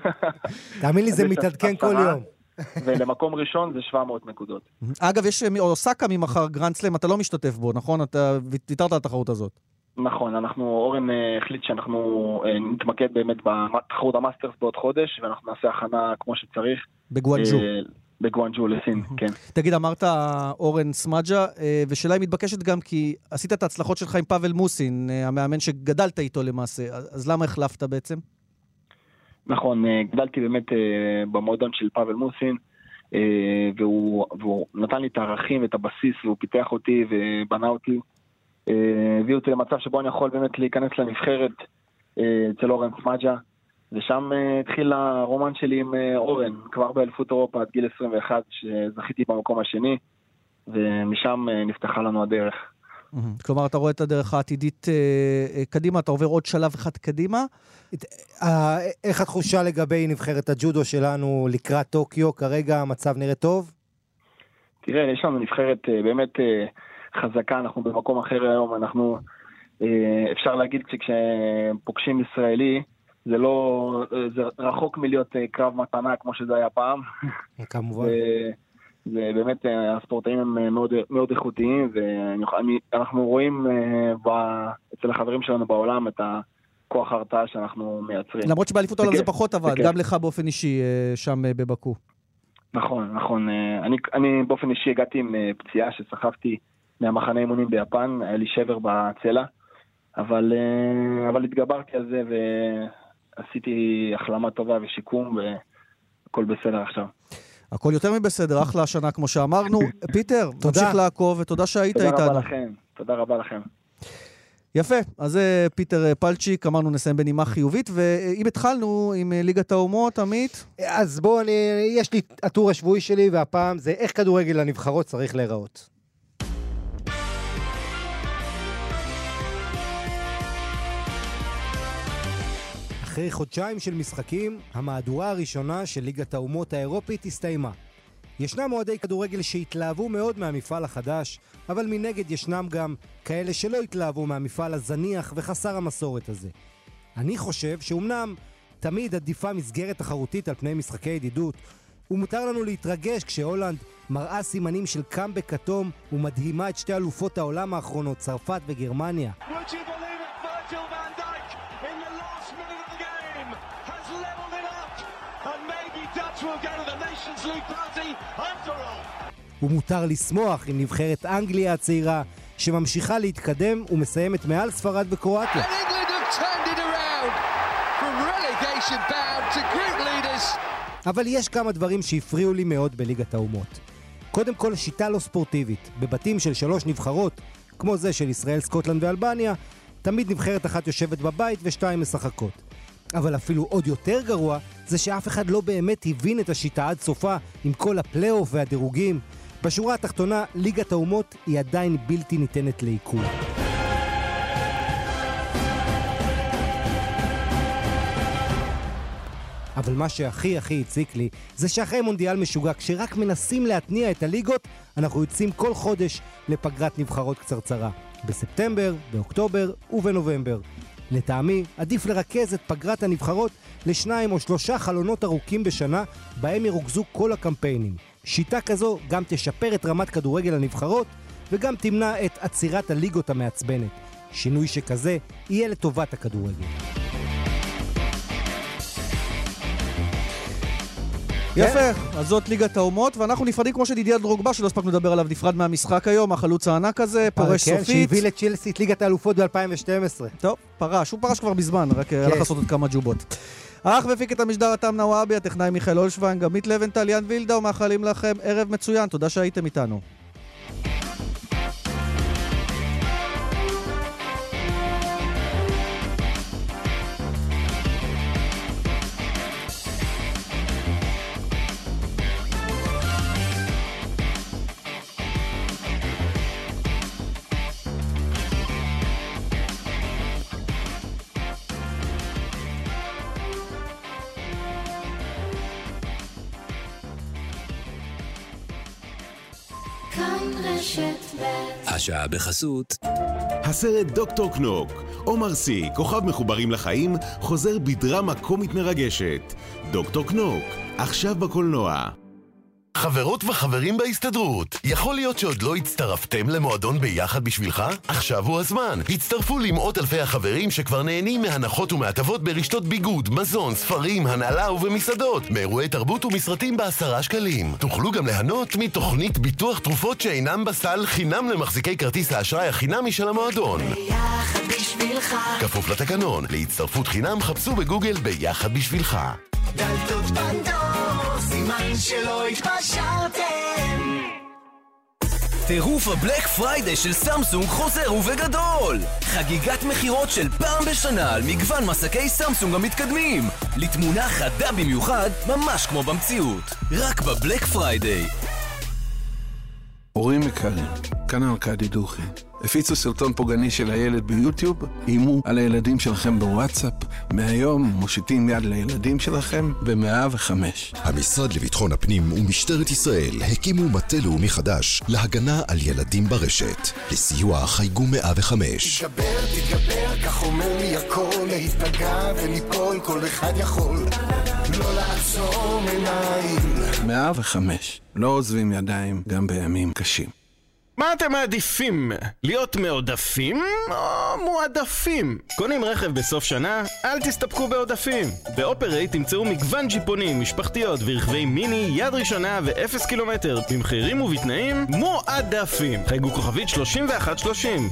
תאמין לי, זה מתעדכן כל יום. ולמקום ראשון זה 700 נקודות. אגב, יש אוסקה ממחר גרנד סלאם, אתה לא משתתף בו, נכון? אתה ויתרת על התחרות הזאת. נכון, אורן החליט שאנחנו נתמקד באמת בתחרות המאסטרס בעוד חודש, ואנחנו נעשה הכנה כמו שצריך. בגואנג'ו. בגואנג'ו לסין, כן. תגיד, אמרת אורן סמאג'ה, ושאלה היא מתבקשת גם כי עשית את ההצלחות שלך עם פאבל מוסין, המאמן שגדלת איתו למעשה, אז למה החלפת בעצם? נכון, גדלתי באמת במועדון של פאבל מוסין, והוא נתן לי את הערכים ואת הבסיס, והוא פיתח אותי ובנה אותי, הביא אותי למצב שבו אני יכול באמת להיכנס לנבחרת אצל אורן סמאג'ה, ושם התחיל הרומן שלי עם אורן, כבר באליפות אירופה עד גיל 21, שזכיתי במקום השני, ומשם נפתחה לנו הדרך. כלומר, אתה רואה את הדרך העתידית קדימה, אתה עובר עוד שלב אחד קדימה. איך התחושה לגבי נבחרת הג'ודו שלנו לקראת טוקיו? כרגע המצב נראה טוב? תראה, יש לנו נבחרת באמת חזקה, אנחנו במקום אחר היום, אנחנו, אפשר להגיד שכשפוגשים ישראלי, זה רחוק מלהיות קרב מתנה כמו שזה היה פעם. כמובן. ובאמת הספורטאים הם מאוד, מאוד איכותיים, ואנחנו רואים אצל החברים שלנו בעולם את הכוח ההרתעה שאנחנו מייצרים. למרות שבאליפות העולם זה פחות עבד, גם לך באופן אישי שם בבקו. נכון, נכון. אני באופן אישי הגעתי עם פציעה שסחבתי מהמחנה אימונים ביפן, היה לי שבר בצלע, אבל התגברתי על זה ועשיתי החלמה טובה ושיקום והכל בסדר עכשיו. הכל יותר מבסדר, אחלה השנה כמו שאמרנו. פיטר, תמשיך לעקוב ותודה שהיית איתנו. תודה רבה לכם, תודה רבה לכם. יפה, אז זה פיטר פלצ'יק, אמרנו נסיים בנימה חיובית, ואם התחלנו עם ליגת האומות, עמית? אז בואו, יש לי הטור השבועי שלי, והפעם זה איך כדורגל לנבחרות צריך להיראות. אחרי חודשיים של משחקים, המהדורה הראשונה של ליגת האומות האירופית הסתיימה. ישנם אוהדי כדורגל שהתלהבו מאוד מהמפעל החדש, אבל מנגד ישנם גם כאלה שלא התלהבו מהמפעל הזניח וחסר המסורת הזה. אני חושב שאומנם תמיד עדיפה מסגרת תחרותית על פני משחקי ידידות, ומותר לנו להתרגש כשהולנד מראה סימנים של קאמבק כתום ומדהימה את שתי אלופות העולם האחרונות, צרפת וגרמניה. ומותר לשמוח עם נבחרת אנגליה הצעירה שממשיכה להתקדם ומסיימת מעל ספרד וקרואטיה. אבל יש כמה דברים שהפריעו לי מאוד בליגת האומות. קודם כל, שיטה לא ספורטיבית. בבתים של 3 נבחרות, כמו זה של ישראל, סקוטלנד ואלבניה, תמיד נבחרת אחת יושבת בבית ו2 משחקות. אבל אפילו עוד יותר גרוע, זה שאף אחד לא באמת הבין את השיטה עד סופה, עם כל הפלייאוף והדירוגים. בשורה התחתונה, ליגת האומות היא עדיין בלתי ניתנת לעיכול. אבל מה שהכי הציק לי, זה שאחרי מונדיאל משוגע, כשרק מנסים להתניע את הליגות, אנחנו יוצאים כל חודש לפגרת נבחרות קצרצרה. בספטמבר, באוקטובר ובנובמבר. לטעמי, עדיף לרכז את פגרת הנבחרות לשניים או 3 חלונות ארוכים בשנה, בהם ירוכזו כל הקמפיינים. שיטה כזו גם תשפר את רמת כדורגל הנבחרות, וגם תמנע את עצירת הליגות המעצבנת. שינוי שכזה יהיה לטובת הכדורגל. יפה, אז זאת ליגת האומות, ואנחנו נפרדים כמו שדידיה דרוגבה, שלא הספקנו לדבר עליו, נפרד מהמשחק היום, החלוץ הענק הזה, פורש סופית. כן, שהביא לצ'לסי את ליגת האלופות ב-2012. טוב, הוא פרש כבר מזמן, רק הלך לעשות עוד כמה ג'ובות. אך והפיק את המשדר התם נוואבי, הטכנאי מיכאל אולשוונג, עמית לבנטל, יאן וילדה, ומאחלים לכם ערב מצוין, תודה שהייתם איתנו. השעה בחסות הסרט דוקטור קנוק, עומר סי, כוכב מחוברים לחיים, חוזר בדרמה קומית מרגשת. דוקטור קנוק, עכשיו בקולנוע. חברות וחברים בהסתדרות, יכול להיות שעוד לא הצטרפתם למועדון ביחד בשבילך? עכשיו הוא הזמן. הצטרפו למאות אלפי החברים שכבר נהנים מהנחות ומהטבות ברשתות ביגוד, מזון, ספרים, הנעלה ובמסעדות, מאירועי תרבות ומסרטים ב10 שקלים. תוכלו גם ליהנות מתוכנית ביטוח תרופות שאינם בסל, חינם למחזיקי כרטיס האשראי החינמי של המועדון. ביחד בשבילך. כפוף לתקנון, להצטרפות חינם חפשו בגוגל ביחד בשבילך. דלתות פנדור, סימן שלא התפשרתם. טירוף הבלק פריידי של סמסונג חוזר ובגדול. חגיגת מחירות של פעם בשנה על מגוון מסקי סמסונג המתקדמים, לתמונה חדה במיוחד, ממש כמו במציאות, רק בבלק פריידי. הורים יקרים, כאן ארכדי דוכי. הפיצו סרטון פוגעני של הילד ביוטיוב, אימו על הילדים שלכם בוואטסאפ. מהיום מושיטים יד לילדים שלכם ב105. המשרד לביטחון הפנים ומשטרת ישראל הקימו מטה לאומי חדש להגנה על ילדים ברשת. לסיוע חייגו 105. תתגבר, כך אומר לי הכל, להתפגע וליפול, כל אחד יכול. לא לעצום עיניים. 105. לא עוזבים ידיים גם בימים קשים. מה אתם מעדיפים? להיות מעודפים או מועדפים? קונים רכב בסוף שנה? אל תסתפקו בעודפים. באופרייט תמצאו מגוון ג'יפונים, משפחתיות ורכבי מיני יד ראשונה ו0 קילומטר במחירים ובתנאים מועדפים. חייגו כוכבית 3130.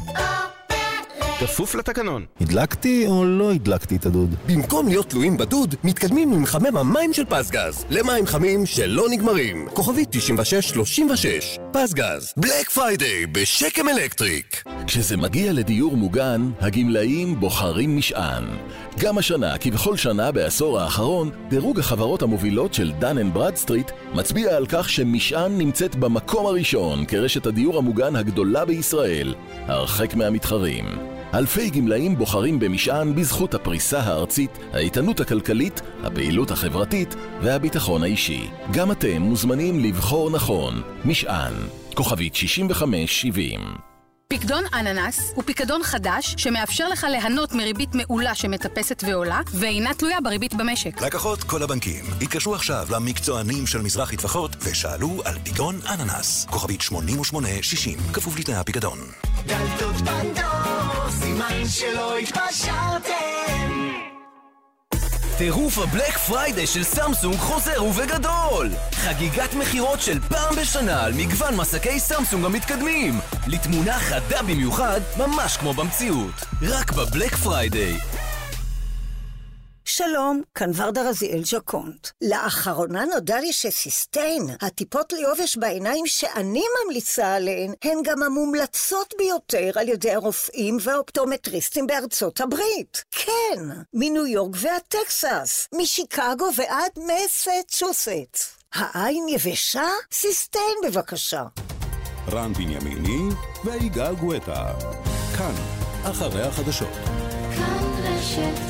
כפוף לתקנון. הדלקתי או לא הדלקתי את הדוד? במקום להיות תלויים בדוד, מתקדמים עם מחמם המים של פסגז. למים חמים שלא נגמרים. כוכבית 9636. פסגז. בלק פריידיי בשקם אלקטריק. כשזה מגיע לדיור מוגן, הגמלאים בוחרים משען. גם השנה, כבכל שנה בעשור האחרון, דירוג החברות המובילות של דן אנד ברדסטריט מצביע על כך שמשען נמצאת במקום הראשון כרשת הדיור המוגן הגדולה בישראל, הרחק מהמתחרים. אלפי גמלאים בוחרים במשען בזכות הפריסה הארצית, האיתנות הכלכלית, הפעילות החברתית והביטחון האישי. גם אתם מוזמנים לבחור נכון. משען, כוכבית 6570. פיקדון אננס הוא פיקדון חדש שמאפשר לך ליהנות מריבית מעולה שמטפסת ועולה ואינה תלויה בריבית במשק. לקוחות כל הבנקים התקשרו עכשיו למקצוענים של מזרחי טפחות ושאלו על פיקדון אננס. כוכבית 8860, כפוף לתנאי הפיקדון. דלתות פנדור, סימן שלא התפשרתם. טירוף הבלק פריידי של סמסונג חוזר ובגדול. חגיגת מחירות של פעם בשנה על מגוון מסקי סמסונג המתקדמים, לתמונה חדה במיוחד, ממש כמו במציאות, רק בבלק פריידי. שלום, כאן ורדה רזיאל ג'קונט. לאחרונה נודע לי שסיסטיין, הטיפות ליובש בעיניים שאני ממליצה עליהן, הן גם המומלצות ביותר על ידי הרופאים והאופטומטריסטים בארצות הברית. כן, מניו יורק ועד טקסס, משיקגו ועד מסצ'וסטס. העין יבשה? סיסטיין בבקשה. רן בנימיני ויגאל גואטה. כאן, אחרי החדשות. כאן רשת